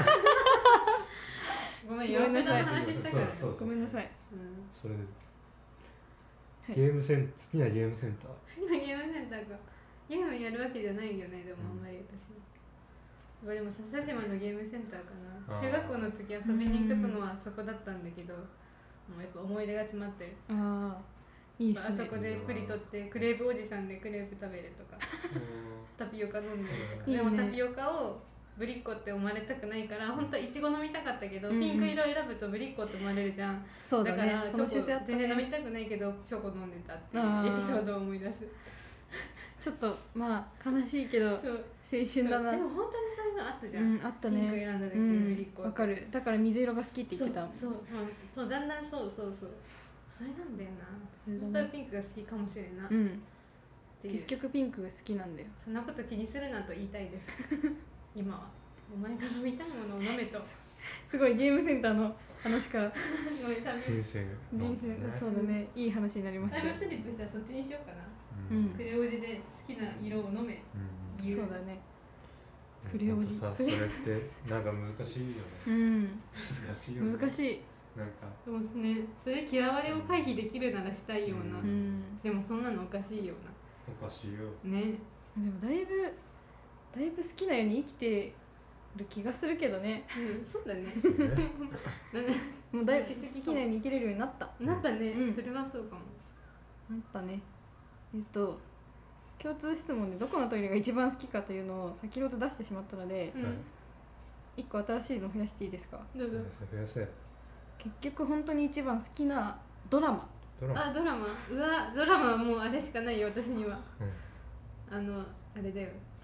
ごめん、洋服の話したから。 そうそうごめんなさい。 うんそれではいゲームセン好きなゲームセンター。 好きなゲームセンターがゲームやるわけじゃないよね。でもあんまり私は。やっぱでも笹島のゲームセンターかな。 あー中学校の時遊びに行くのはそこだったんだけど、もうやっぱ思い出が詰まってる。 ああ、いいっすね。 あそこでプリ取ってクレープおじさんでクレープ食べるとか、タピオカ飲んでるとか。 いいねでもタピオカをブリッコって思われたくないから本当はいちご飲みたかったけど、 うんうんピンク色選ぶとブリッコって思われるじゃん。 そうだねだから。チそのョコ習性あった全然飲みね。 たくないけどチョコ飲んでたっていうあーエピソードを思い出す。 ちょっとまあ悲しいけど青そう春だな。 でも本当にそういうのあったじゃ。 うんん、あったピンクね。 選んだだけうでブリッんコ、 わかる。だから水色が好きって言ってたもん。 そうそう、まあ、そうだんだんそうそうそうそれなんだよな。 それだね本当はピンクが好きかもしれんな、っうん。 ていう結局ピンクが好きなんだよ。 そんなこと気にするなと言いたいです今はお前が飲みたいものを飲めとすごいゲームセンターの話からごめん、多分人生の人生、そうだね、いい話になりましたよタイム。スリップしたらそっちにしようかな。 うんクレオジで好きな色を飲めうん言う。 そうだね。クレオジほんとさそれってなんか難しいよね。 うん。 難しいよね。 難しい。 なんかでもね、それ嫌われを回避できるならしたいような、 ううん。 でもそんなのおかしいよおかしいよ。 うなね。 でもだいぶだいぶ好きなように生きてる気がするけどね。 うん、そうだね。 ねもうだいぶ好きなように生きれるようになった。 なったね、 うんそれはそうかも。 なったね。えっと共通質問でどこのトイレが一番好きかというのを先ほど出してしまったので、 うん、 はい一個新しいの増やしていいですか？ どうぞ。 増やせ。 結局本当に一番好きなドラマ。 ドラマ。 あ、ドラマうわ、ドラマはもうあれしかないよ、私には。 うんあの、あれだよ、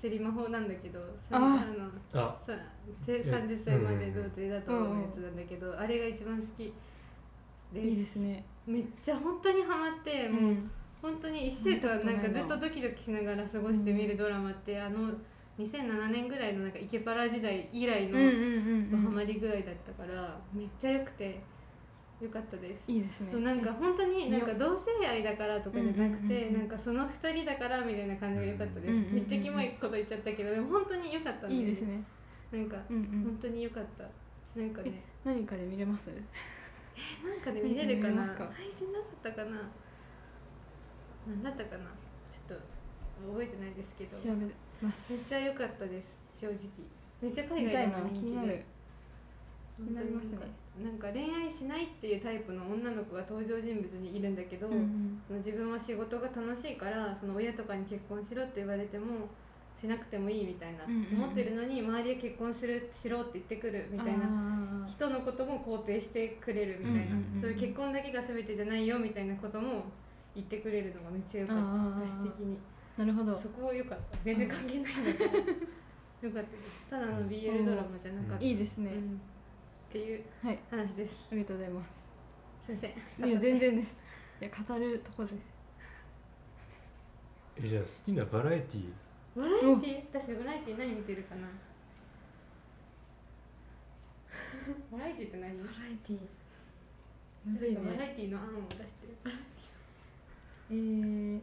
チェリ魔法なんだけど、 ああのあささんじゅっさいまで童貞だと思うやつなんだけど、あれが一番好きです。 いいですね。 めっちゃ本当にハマって、もう本当にいっしゅうかんなんかずっとドキドキしながら過ごして見るドラマって、あのにせんななねんぐらいのなんかイケパラ時代以来のうんうんうんうんハマり具合だったから、めっちゃ良くて良かったです。 いいですね。 そうなんか本当になんか同性愛だからとかじゃなくて、 うんうんうんうんなんかそのふたりだからみたいな感じが良かったです、 うんうんうんうんめっちゃキモいこと言っちゃったけど、でも本当に良かったんで、 いいですね。 なんかうんうん本。当に良かった。なんかね、 何かで見れます？ なんかで見れるかな、 見れますか配信なかったかな、なんだったかな、ちょっと覚えてないですけど、 調べますめっ。ちゃ良かったです。正直めっちゃ海外で見たいな。 も人気で気になる。気になりますね。 なんか恋愛しないっていうタイプの女の子が登場人物にいるんだけど、 うんうんその自分は仕事が楽しいからその親とかに結婚しろって言われてもしなくてもいいみたいな、 うんうんうん思ってるのに周りは結婚するしろって言ってくるみたいなあー人のことも肯定してくれるみたいな、 うんうんうんうんそういう結婚だけが全てじゃないよみたいなことも言ってくれるのがめっちゃ良かった。 あー私的になるほど。 そこ良かった。全然関係ないんだけど良かったです。ただの ビーエル ドラマじゃなかった、 いいですね。 うんっていうはい。 話です。 ありがとうございます。 すいません。 いや全然です。いや語るとこです。 えじゃあ好きなバラエティバラエティー、私バラエティー何見てるかなバラエティーって何？ バラエティむずいね。 バラエティーの案を出してる。 えー、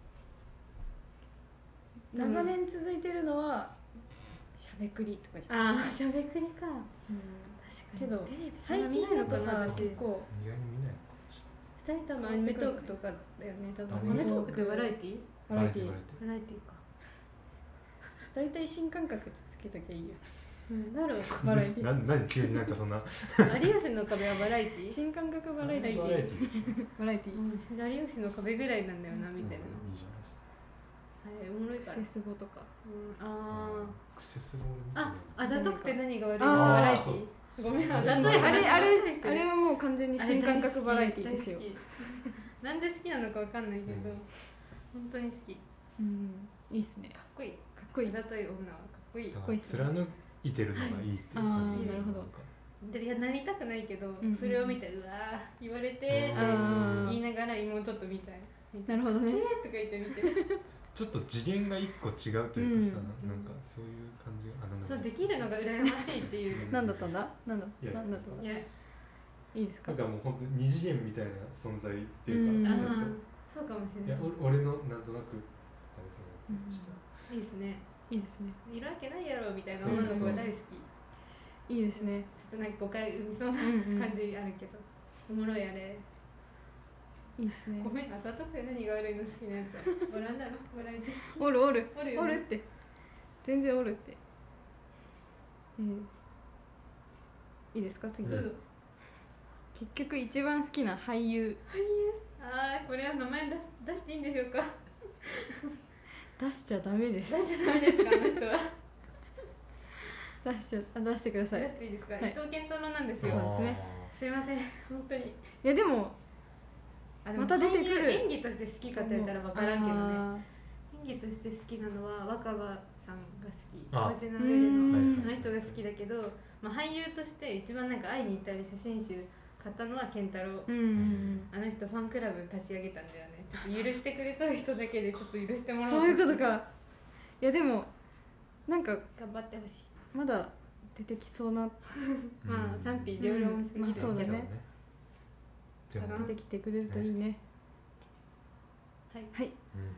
長年続いてるのはしゃべくりとかじゃないああ、しゃべくりか。 うん確かに。 けどテレビ最近だとさ結構意外に見ない二人多分アニメトークとかだよね。多分アアニメニメトークトークってバラエティー？ バラエティーバラエテバラエティーか。 大体新感覚ってつけときゃいいよ。 うん、だろう。 バラエティーな何急になんかそんな有吉の壁はバラエティー？ 新感覚バラエティーバラエティでしょバラエティーうん、有吉の壁ぐらいなんだよなみたいな。 うんいいじゃないですかあれおもろいから。 クセスゴとかうん、あクセスゴール見てあ。 ないあ、あざとくて何が悪いのあーバラエティー。ごめん、あざとい話あれあればっかりしてるあれはもう完全に新感覚バラエティーですよ。 大好きなんで好きなのかわかんないけど、 うん本当に好き。かうんいいですね。 っこいい。 かっこいい。 あざとい女はかっこいい。 だこいいっすね貫いてるのがいいっていう感じあーなるほどんかでいやなりたくないけど、 んうんそれを見てうわー言われてってあー言いながら妹と見たい。 なるほどねえーとか言って見てる。 ちょっと次元が一個違うというかさ、 うんなんかそういう感じがあのそうできるのが羨ましいっていう。 何だったんだなんだいやなんだったんだいや、 いいですかなんかもう本当に二次元みたいな存在っていううんか、 あちょっとーそうかもしいやれない。 お俺のなんとなくあれかなと思いました、 いいですね。 いいですねいるわけないやろみたいな女の子が大好き。 いいですねちょっとなんか誤解生みそうなうんうん感じあるけど、おもろいあれ。 いいですねごめん、あざとくて何が悪いの好きなやつは。おらんだろ、おらんで。 おるおるおるよねおるって全然おるってえーいいですか次うんどうぞ。 結局一番好きな俳優ああ、これは名前出す出していいんでしょうか。 出しちゃダメです出しちゃダメですか、あの人は。 出しちゃあ出してください出していいですか、 はい伊藤健太郎なんですよ。 そうですねすいません、本当に。 いやでもあ、でもまた出てくる俳優演技として好きかって言ったら分からんけどね。 あ演技として好きなのは若葉さんが好き。 あ町ーの上での。 うんあの人が好きだけど、まあ、俳優として一番なんか会いに行ったり写真集買ったのは健太郎。 うんうんあの人ファンクラブ立ち上げたんだよね。ちょっと許してくれた人だけでちょっと許してもらおうそういうことかいやでもなんか頑張ってほしい。 まだ出てきそうなまあ賛否両論すぎるうんまあそうだねでもかな出てきてくれるといいねはい。 はい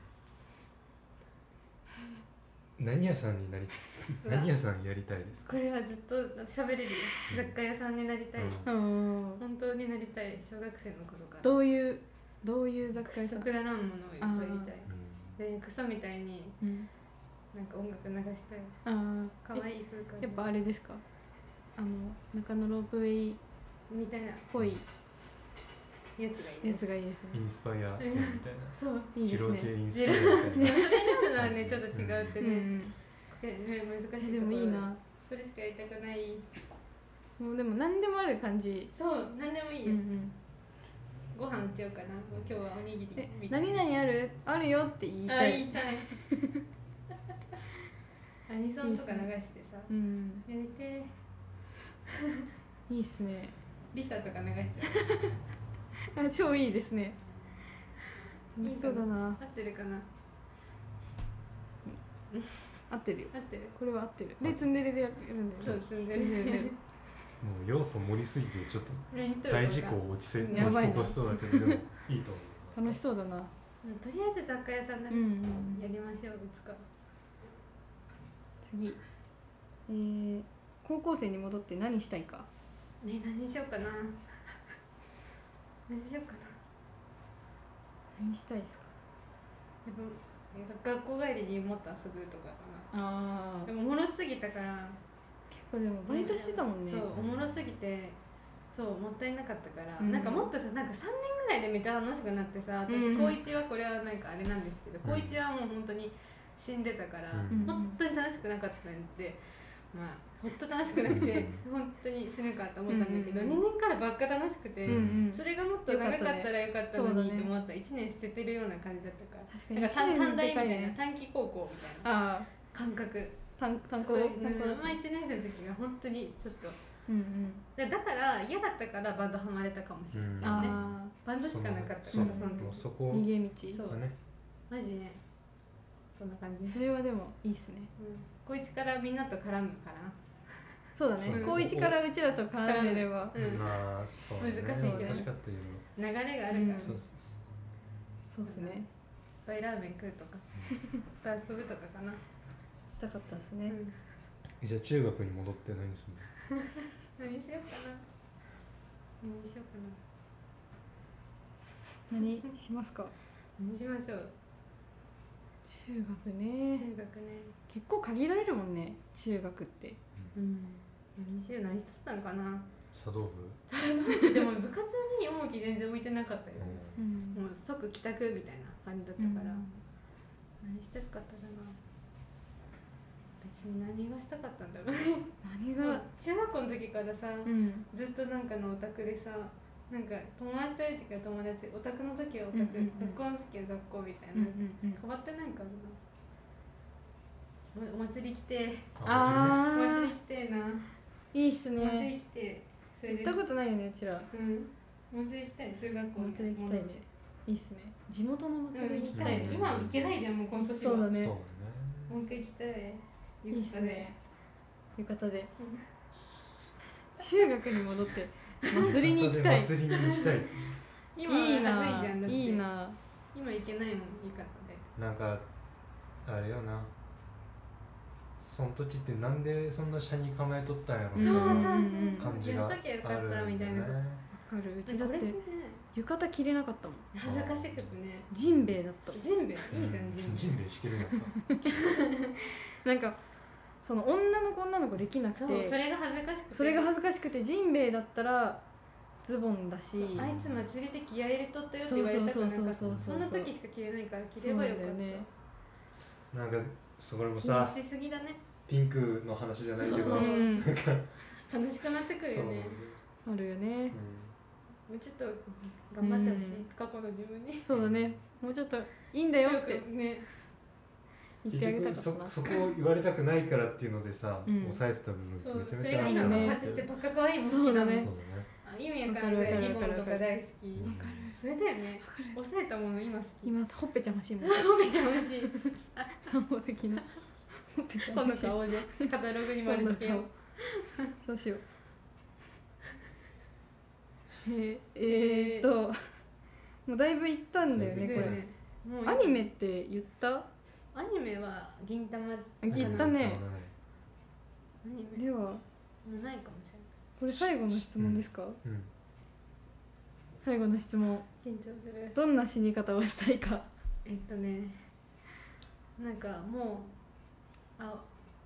うん何屋さんになりうわ何屋さんやりたいですかこれはずっと喋れるよ。雑貨屋さんになりたい。 うんうん本当になりたい。小学生の頃から。 どういうどういう雑貨屋さんくだらんものをいっぱい見たい。 うんで、クソみたいにうんなんか音楽流したい。 あー可愛い空間えやっぱあれですかあの中野ロープウェイっみたいなやぽいつがいいやね。 つがいいですねインスパイア系みたいなそう。 いいです白系ねインスパイアジロみたいなでもそれになるのはねちょっと違うってね。 うんこれね難しいところえでもいいなそれしかやりたくない。 もうでも何でもある感じそう、なんでもいいよ。 うんうんご飯売っちゃおうかな。もう今日はおにぎりえみたい何々あるあるよって言いな。あ、 たい言いたい。 アニソンとか流してさうんやりていいっすね。 ーリサとか流しちゃうあ超いいですね。 いい楽しそうだな。 合ってるかな合ってるよ。 合ってるこれは合ってる。でツンデレでやるんだよね。 そう住んでるツンデレでもう要素盛りすぎてちょっと何と大事故を起きせやばいな起こしそうだけどでもいいと思う。 楽しそうだな。 とりあえず雑貨屋さんだね、 うんうんやりましょういつか。 次、えー、高校生に戻って何したいか。 ね何しようかな何しようかな。 何したいですか。 でも学校帰りにもっと遊ぶとかかああな。でもおもろすぎたから結構でもバイトしてたもんね。 そうおもろすぎてそうもったいなかったから、 うんなんかもっとさなんかさんねんぐらいでめっちゃ楽しくなってさ、 うん私高いちはこれはなんかあれなんですけど、 うん高いちはもう本当に死んでたから、 うん本当に楽しくなかったんで、まあほっと楽しくなくて本当に死ぬかと思ったんだけど、 うんにねんからばっか楽しくて、 うんうんそれがもっと長かったらよかったのにと思った。いちねん捨ててるような感じだったから、 確かになんか短短大みたいな、 一年でかいね。 短期高校みたいなああ感覚。 単単行そう単行うんまあいちねん生の時が本当にちょっとうんうんでだから嫌だったからバンドハマれたかもしれない、ねあバンドしかなかったからそうその時もうそこあ逃げ道。 そうがねマジねそんな感じ、 それはでもいいっすね。 うん、高一からみんなと絡むからな。 そうだねそう。 高一からうちらと絡んでれば。 うんまあそうね難しいけど難しかったけど流れがあるから、 うんねそうそうそうっすね。 いっぱいラーメン食うとかいっぱい遊ぶとかかな、 したかったっすね。 うん、 そうじゃあ中学に戻って何するの？ 何しようかな何しようかな何しますか。 何しましょう。 中学ね。 中学ね、 結構限られるもんね。中学って。 うん、何しよう何しとったんかな。 茶道部？ でも部活に重き全然向いてなかったよ、 うんもう即帰宅みたいな感じだったから、何したかったかな。別に何がしたかったんだろうね。 何が。 中学校の時からさ、 うん。 ずっとなんかのオタクでさ、なんか友達といる時は友達、オタクの時はオタク、 うんうんうん学校の時は学校みたいうんな、 うんうん。 変わってないからな。おお祭り来てあお祭りあ来てな、 いいっすお祭ね。 り来てそれで行ったことないよねうちら。 うんお祭り来たい、中学校お祭り行きたいね。いいっすね。地元のうん、 祭り行きたい。 行きたいね。 今は行けないじゃん、もうこの年は。 そうだね。 そうもう一回行きたい。 いいっすね。浴衣でうん。 中学に戻って祭りに行きたい。 祭りに行きたい。 今はいいな暑いじゃんだって。 いいな。 今行けないもん、浴衣で。 なんかあれよな。その時ってなんでそんな車に構えとったんやろそうそうそう。 うん感じがあるやっときゃよかったみたいな。 わかる。うちだってこれってね、 浴衣着れなかったもん。 恥ずかしくてね。 ジンベエだった。 全部いいじゃん、 ジ全部。 ンベエしてるやんか。 なんかその女の子女の子できなくそう、そて、 れが恥ずかしくて。 それが恥ずかしくてジンベエだったらズボンだし。 あいつ祭りで気合い入れとったよって言われたくなかった。 そうそうそうそうそうそんな時しか着れないから着ればよかった。 そうなんだよねなんかそれも気にさしてすぎだね。 ピンクの話じゃないけどそううんなんか楽しくなってくるよね。 あるよね。 もうちょっと頑張ってほしい、過去の自分に。 そうだね。もうちょっといいんだよって強くね。 言ってあげたかったな。 結局そそこを言われたくないからっていうのでさ、 うん抑えてた部分そう、 めちゃそめちゃあるかられが今ね爆発してバカ可愛いも好きなの。 そうだねそうあ意味わからんぐらいリボンとか大好き。 わかるそれだよね。抑えたもの今好き。 今ほっぺちゃん欲しいもん。 めっちゃ美味しい。 三宝石のほっぺちゃん今度欲しい。 顔でカタログに丸付けよう。 そうしよう。えー、えー、っともうだいぶ行ったんだよねこれ。 だよねもうアニメって言った？ アニメは銀玉かな。 言ったね。 アニメではもうないかもしれこれ最後の質問ですか？ うん最後の質問。 ない。緊張する。 どんな死に方をしたいか。 えっとね、なんかもうあ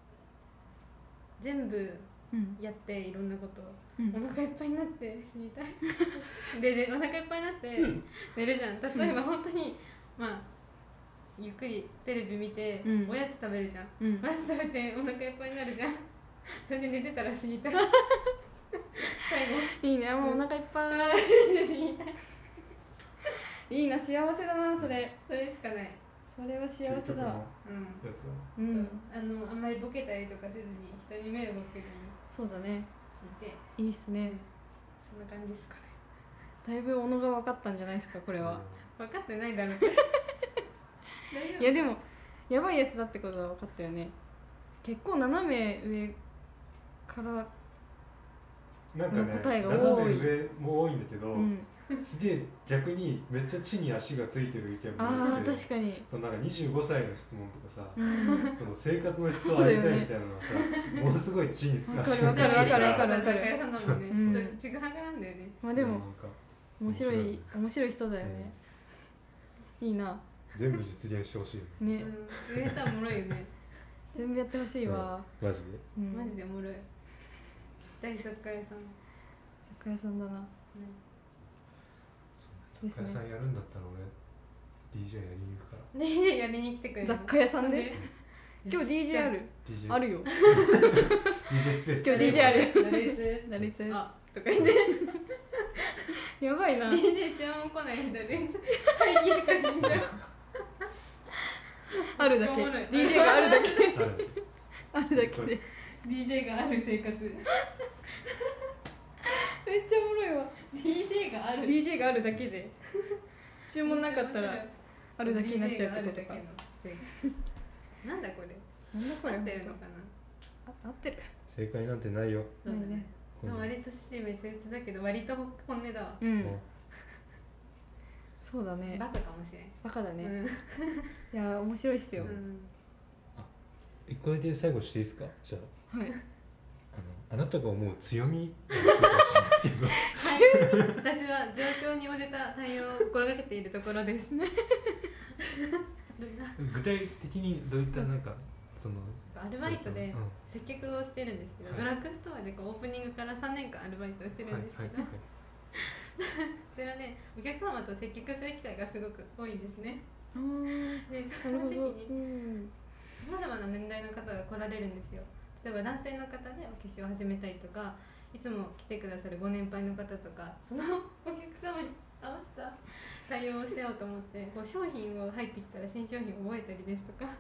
全部うん。 やっていろんなこと、 うんお腹いっぱいになって死にたい。ででお腹いっぱいになって寝るじゃん。例えば本当にまあゆっくりテレビ見て、 うんおやつ食べるじゃん。 うんおやつ食べてお腹いっぱいになるじゃん。それで寝てたら死にたい。最後いいね。もうお腹いっぱい。 死にたい。 いいな、幸せだなそれ。 それしかない。 それは幸せだ。 究極のやうんつだう、 そうんあのあんまりボケたりとかせずに人に迷惑かけずにそうだね。 していいっすね。 そんな感じですかね。 だいぶ小野が分かったんじゃないですかこれは。 分かってないだろう大丈夫いやでもやばいやつだってことは分かったよね。結構斜め上から、 なんかね答えが多い斜め上も多いんだけど、 うん、 すげえ逆にめっちゃ地に足がついてる意見もあああって確かに、 そのなんかにじゅうごさいの質問とかさ、 うん、 その生活の質を上げたいみたいなのはさ、ものすごい地に足がついてるわかるわかるわかるわかる酒屋さんだもんね、 うんちょっとちぐはぐなんだよね。 まあでもなんか面白い面白い人だよね、いいな全部実現してほしいよね、 うん、やったらおもろいよね。 全部やってほしいわ、 マジで。 うん、 マジでおもろい。大雑貨屋さん。 雑貨屋さんだな。 雑貨屋さんやるんだったら俺 ディージェー やりに行くから。 ディージェー やりに来てくれる。 雑貨屋さんで今日 ディージェー あるディージェーあるよディージェー スペース今日 ディージェー ある打率打率あとか言ってやばいなディージェー 注文来ない人で会議しか死んじゃう。 あるだけおもろいディージェー があるだけあるあるだけでディージェー がある生活。 めっちゃおもろいわディージェー があるディージェー があるだけで注文なかったらあるだけになっちゃうってことか。 ディージェー があるだけの生活。なんだこれ。 なんだこれ合ってるのかな。 あ合ってる正解なんてないよ。 ないね。 でも割とシめつつだけど割と本音だわ。 うんもそうだねバカかもしれん。 バカだね、 うんいや面白いっすよ、 うんう一個だけ最後していいですか。じゃあはいあのあなたが思う強みを教えてほしいんですけど。 はい、私は状況に応じた対応を心がけているところですね。 具体的にどういったなんかそのアルバイトでうん接客をしてるんですけど、 はいドラッグストアでこうオープニングからさんねんかんアルバイトをしてるんですけど、 はいはいそれはねお客様と接客する機会がすごく多いんですね。 あーでその時なるほど、うにん、 さまざまな年代の方が来られるんですよ。例えば男性の方でお化粧を始めたりとか、いつも来てくださるご年配の方とか、そのお客様に合わせた対応をしようと思って、こう商品を入ってきたら新商品を覚えたりですとか、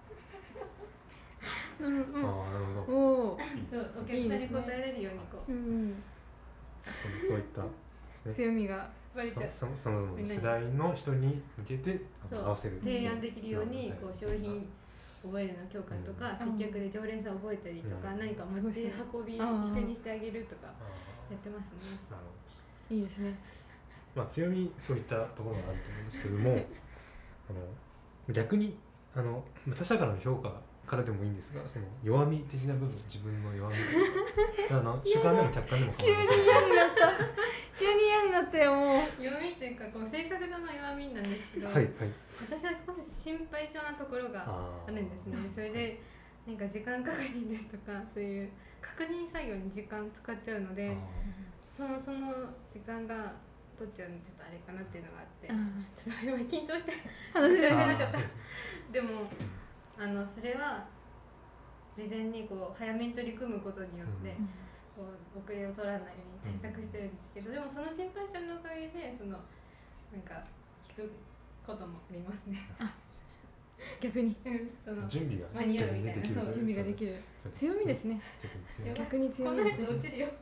なるほど、 ああなるほど。 おお、 そうお客さんに答えれるようにこううん、 そそういった強みが割とささまざまな世代の人に向けてあのそう合わせる提案できるようにこうはい商品覚えるの強化とか、 うん接客で常連さん覚えたりとか、 うん何か持ってすごいですね運び一あー緒にしてあげるとかあやってますね。 ーなるほど。 いいですね。 まあ強みそういったところがあると思うんですけどもあの逆にあの他者からの評価からでもいいんですが、その弱み的な部分、自分の弱みとかあの主観でも客観でも構いません急に嫌になった急に嫌になったよもう。 弱みっていうかこう性格上の弱みなんですけど、 はいはい。 私は少し心配性なところがああるんですね。それでなんか時間確認ですとか、そういう確認作業に時間使っちゃうので、そのその時間が取っちゃうのちょっとあれかなっていうのがあって、ちょっと今緊張して話せ話せない。 なっちゃった。でもあのそれは事前にこう早めに取り組むことによって、 うんこう遅れを取らないように対策してるんですけど、でもその心配性のおかげでそのなんか聞くこともありますね。 逆にその準備が間に合うみたいなできるという準備ができるそう強みですね。 逆に強み逆に強みですねこんなやつ落。ちるよ。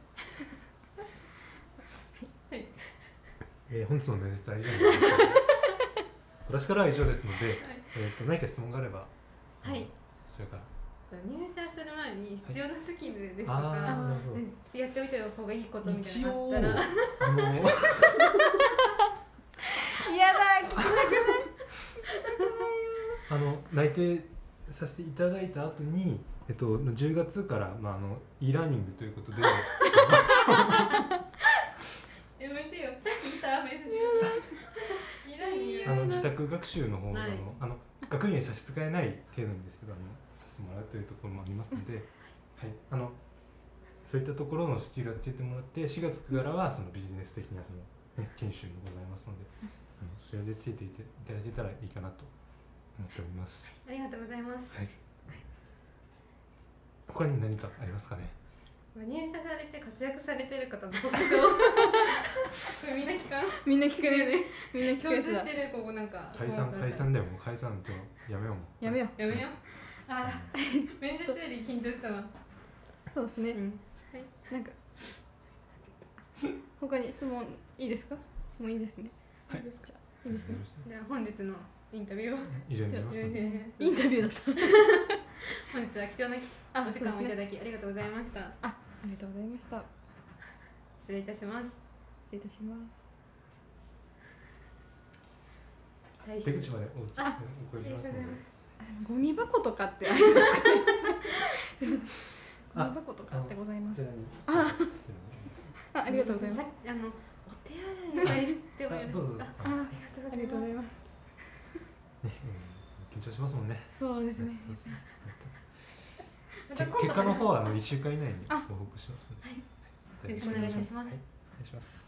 えー、本日の面接は以上になります私からは以上ですので、えー、と何か質問があれば、 はい。 それから入社する前に必要なスキルですとあーか、 なるほどうんやっておいた方がいいことみたい一応なのがあったら、 あの嫌だ。 あの内定させていただいた後に、えっと、じゅうがつから、まあ、あの e ラーニングということでやめてよ。さっき言った別に。いらんよ。 あの自宅学習の方が、 はいあの学業に差し支えない程度にですけどあのさせてもらうというところもありますので、はい、あのそういったところのスキルをつけてもらってしがつからはそのビジネス的なその、ね、研修もございますので、あのそれでつけていていただけたらいいかなと思っております。 ありがとうございます。 はい、他に何かありますかね。 入社されて活躍されてる方の特徴みんな聞かみんな聞くねねみんな聞く共やつだ通してるここなんか解散解散だよもう解散ってやめようもうやめようやめようあ面接より緊張したわそうですね、 うんなんか他に質問いいですか？もういいですね。 はいいいですか？いいですね。 では本日のインタビューを以上になりますのでインタビューだった。 本日は貴重なあお時間をいたそうですねだきありがとうございましたあ、ありがとうございました。 失礼いたします失礼いたします。 大し出口までおあお声しますのであでもゴミ箱とかってありますか？ゴあミ箱とかってございますこち。らにああ、ありがとうございます。 さあのお手洗いに入ってもよろしいあどうぞどうぞああ、 ありがとうございますありがとうございます。 ね、うん、緊張しますもんねそうですね。 そうそうまた今度け結果の方はあのいっしゅうかん以内にあご報告しますのではい大よろしくお願いいたしますはい、お願いします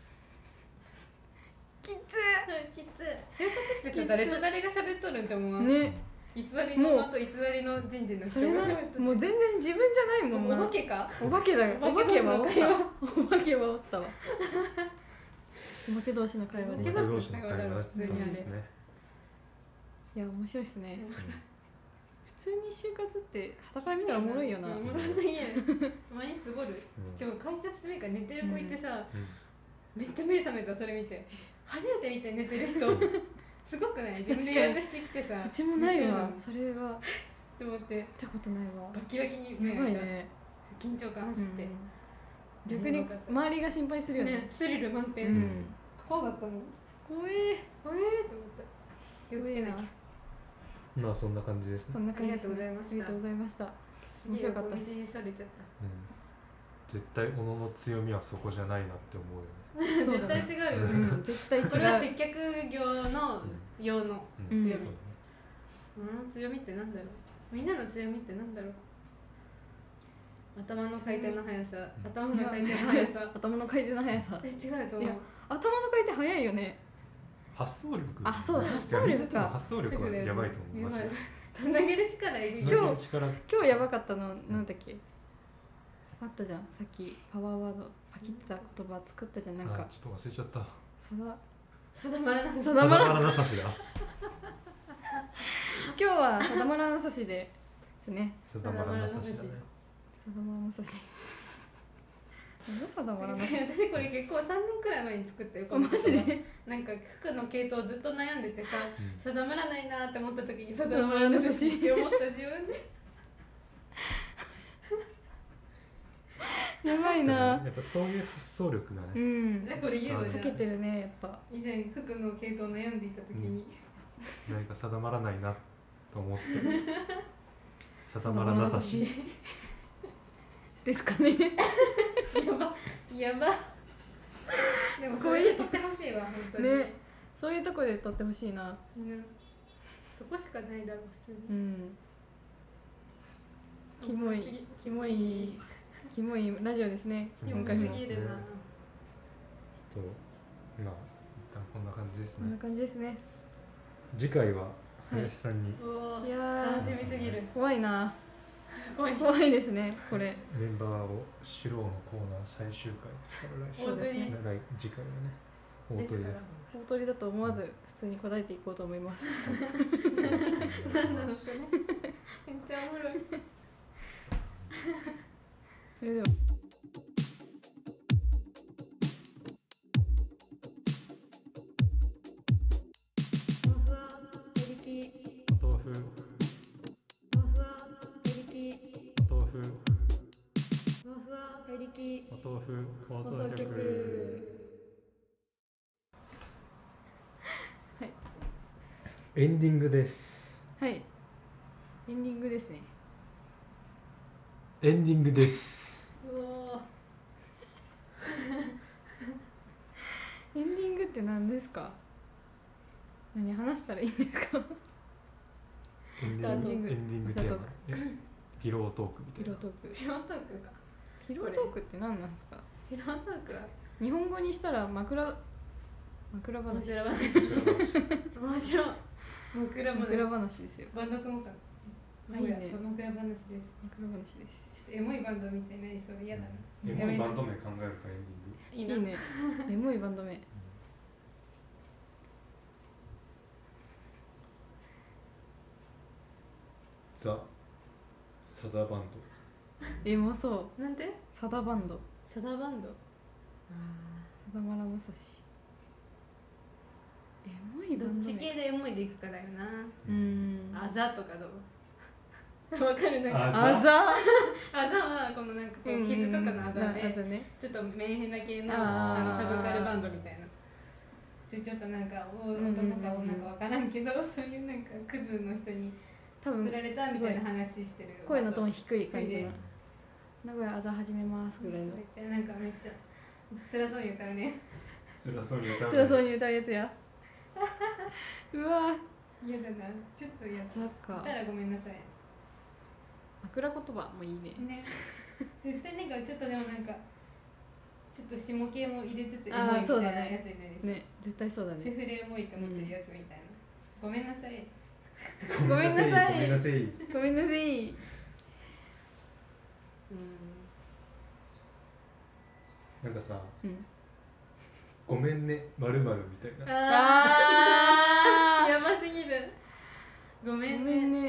きつきつ就活ってさ誰と誰が喋っとるんって思うね、 偽りのと偽りの人事のそれなもう全然自分じゃないもんおな。 化けかお化けだよ。お化けはおっお化け同士の会話た。お化けはおったわ。お化け同士の会話でした。 お化け同同士の会話だったんですねいや面白いですね。 うん普通に就活って傍から見たらおもろいよな。 おもろすぎる毎日つぼる今日会社進めから寝てる子いてさ、 うんめっちゃ目覚めたそれ見て初めて見て寝てる人すごくない自分で予約してきてさうちもないわ寝て。 それはるのと思って見たことないわ。 バキバキに目やばい開いたね。 緊張感走って、 うん逆に周りが心配するよね。 ねスリル満う点、 ん。 怖かったもん怖え。 怖えーと思った気をつけなきゃまあそんな感じですね、 そんな感じですね。 ありがとうございましたありがとうございました。面白かったですすげえ横道にそれちゃったうん、絶対小野の強みはそこじゃないなって思うよねそうだね絶対違うよねうん絶対違う。 これは接客業の用のうんうん強みそううん強みってなんだろうみんなの強みってなんだろう頭の回転の速さ頭の回転の速さ頭の回転の速さ。 え違うと思いうや頭の回転速いよね。 発想力あそうだいや発想力かみんな多分発想力はやばいと思うマジでつなげる力いるつなよげる力今日やばかったのなんだっけ？あったじゃん。さっきパワーワードパキった言葉作ったじゃんなんか。 あちょっと忘れちゃったさだ定まらない定まら定まらなさしだ今日は定まらなさしでですね。 定まらなさしだね定まらなさし。なんで定まらなさし。 私これ結構さんねんくらい前に作ったよあマジで？ なんか服の系統ずっと悩んでてさうん定まらないなって思った時に定まらなさしって思った自分でやばいな。 やっぱそういう発想力がうね、 ん。 でこれ言うわじゃんかけてるねやっぱ。 以前服の系統悩んでいた時に、 何か定まらないなと思って定まらなさしですかね。 やばやばでもそれで撮ってほしいわ本当に、 ね。そういうとこで撮ってほしいな。 うんそこしかないだろう普通にうん。キモいキモいキモいラジオですね。 キモ今回もすぎるなちょっとまあ一旦こんな感じですこんなね感じですね。 次回は林さんにうおいや楽ーしみすぎる怖いな。 怖い怖いですねこれ。 メンバーを知ろうのコーナー最終回ですから来週そうですね来次回はね大鳥ですから大鳥だと思わず普通に答えていこうと思います。 何なのそれめっちゃおもろいそれでは。 ふわふわエリキお豆腐ふわふわエリキお豆腐ふわふわエリキお豆腐放放送送局局。はいエンディングですはい。エンディングですね。 エンディングですうおエンディングって何ですか？何話したらいいんですか？ エンデスタートィングエンディングテーマえピロートークみたいなピロートーク。 ピロートークかピロートークって何なんですか？ ピロートークは日本語にしたら枕枕話。 枕話面白い枕話枕話ですよ。 バンド組もうかあいいね枕話です枕話です。 ちょっとエモいバンドみたいになりそう嫌だなエモいバンド名考えるかエンディングいいないいね。エモいバンド名。 ザ・サダバンエモそうなんてサダバンドサダバンド。 サダマラマサシエモいバどっンド名ち系でエモいでいくかだよな。 うーんあざとかどうわかるなんかああざあざはこのなんかこう傷とかのあざあでざねちょっとメンヘラ系のあーあのサブカルバンドみたいなちょちょっとなんかおうんうんうん男か女かわからんけどそういうなんかクズの人に多分振られたみたいな話してる声のトーン低い感じの低いね名古屋あざ始めますぐらいのなんかめっちゃ辛そうに歌うね。 辛そうに歌う辛そうに歌うやつやうわ嫌だなちょっと嫌だなんかたらごめんなさい枕言葉もいいねね絶対なんかちょっとでもなんかちょっと下系も入れつつエモあーいみたいなそうだねやつになりそうね絶対そうだねセフレエモいと思ってるやつみたいな、ごめんなさい。 ごめんなさいごめんなさい。 ごめんなさいうんなんかさ、 うんごめんねまるまるみたいな。 ああーやばすぎるごごめんねめんね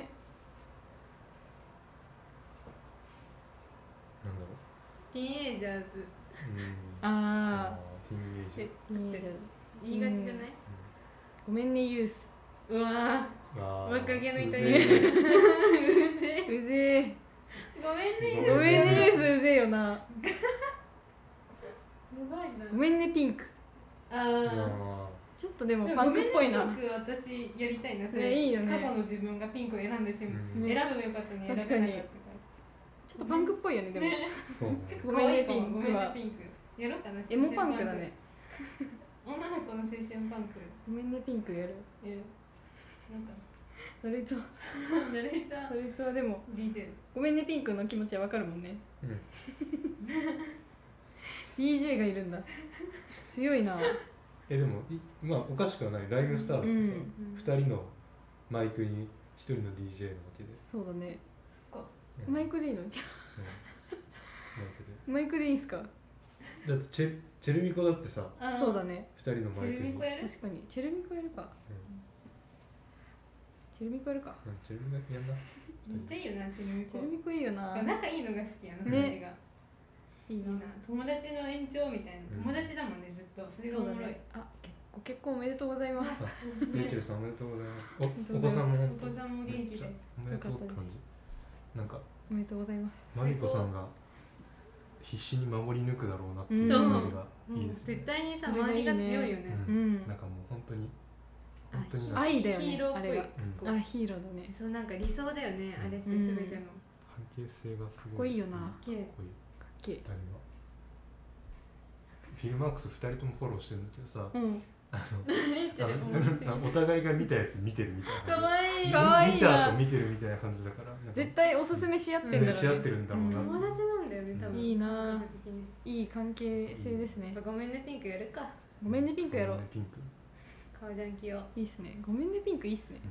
なんだろティーンエイジャーズう。うん。 ああティーンエイジャーズ。 いいじゃん言いがちじゃない、 ごめんねユースうわあー若気の至りうぜーうぜうぜえごめんねごめんねユース。 スうぜえよなやばいなごめんねピンクああちょっとでもーパンクっぽいなごめんねピンク私やりたいなそれ、 ねいいよね過去の自分がピンクを選んでしまう、 うんね選べばよかったね確かに選べなかったからちょっとパンクっぽいよねでもねーそうね。 ごめんね可愛いかもピンクはごめんねピンクやろうかなエモパンクだね女の子の青春パンクごめんねピンクやるやるなんかそれとナレーターそれとはでもディージェーごめんねピンクの気持ちはわかるもんねうん。 ディージェー がいるんだ強いなえでもいまあおかしくはない。ライムスターだってさ、 うん二人のマイクに一人の ディージェー なわけで。 そうだねそっかうんマイクでいいのじゃうんマイクで。 あマイクでいいんすかだってチェチェルミコだってさ、 あーそうだね二人のマイクに。 チェルミコやる確かにチェルミコやるかうんチェルミコやるかうんチェルミコやんな。 めっちゃいいよなチェルミコチェルミコいいよな仲いいのが好きやなね二人がいいないいな友達の延長みたいなうん友達だもんねずっとそれがそうだおもろい、 ねあけご結婚おめでとうございますレイチェルさんおめでとうございます。おりがとうお子ございますさんも本当お子さんも元気でおめでとうって感じ。なんかおめでとうございますマミコさんが必死に守り抜くだろうなっていううん感じがもういいですね絶。対にさそれがいいね周りが強いよね、 ううんんなんかもう本当にあ本当にヒなんか愛だよねヒーローっぽいあれがうんあヒーローだねそうなんか理想だよねあれって全ての、 関係性がすごいかっこいいよなかっこいいかっけえ二人は。フィルマークス二人ともフォローしてるんだけどさ、 うんあのめっちゃあでも面白いのお互いが見たやつ見てるみたいなか感わいいじ。 かわいいな見た後見てるみたいな感じだから。なんか絶対おすすめし合ってんだろうねし合ってるんだろうな。 友達なんだよね多分いいな感覚的にいい関係性ですねやっぱごめんねピンクやるかごめんねピンクやろうピンク。 顔じゃんきよいいっすねごめんねピンクいいっすね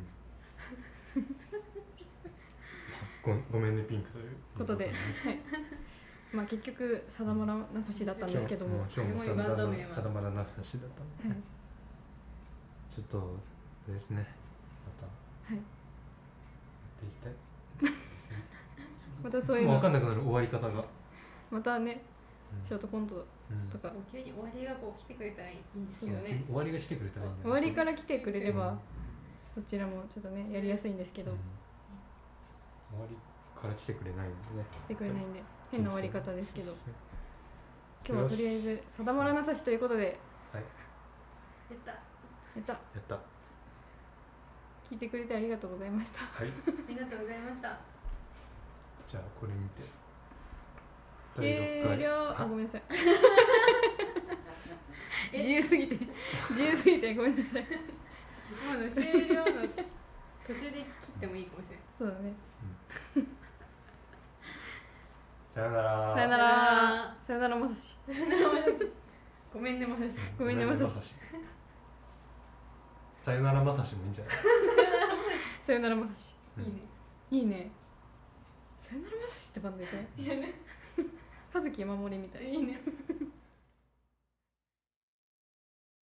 ごごめんねピンクということでまあ結局定まらなさしだったんですけども今日もすごいバンド名は定まらなさしだったので、 はいちょっとあれですねまたはいやっていきたいですねまたそういつもいうの分かんなくなる終わり方が、 またねうんショートコントうんとか急に終わりがこう来てくれたらいいんですそうよね終わりが来てくれたらいいんだ終わりからら来てくれればうんこちらもちょっとねやりやすいんですけど終わりから来てくれないのでね来てくれないんで変な終わり方ですけどそうですね今日はとりあえず定まらなさしということではいやったやったやった聞いてくれてありがとうございましたはいありがとうございましたじゃあこれ見て終了ああごめんなさいえ自由すぎて自由すぎてごめんなさいまだ終了の途中で切ってもいいかもしれないそうだねさよならさよならさよならまさしごめんねまさしごめんねまさしさよならまさしもいいんじゃないさよならまさしうんいいねいいねさよならまさしってバンドでねいやね和樹守りみたいいいね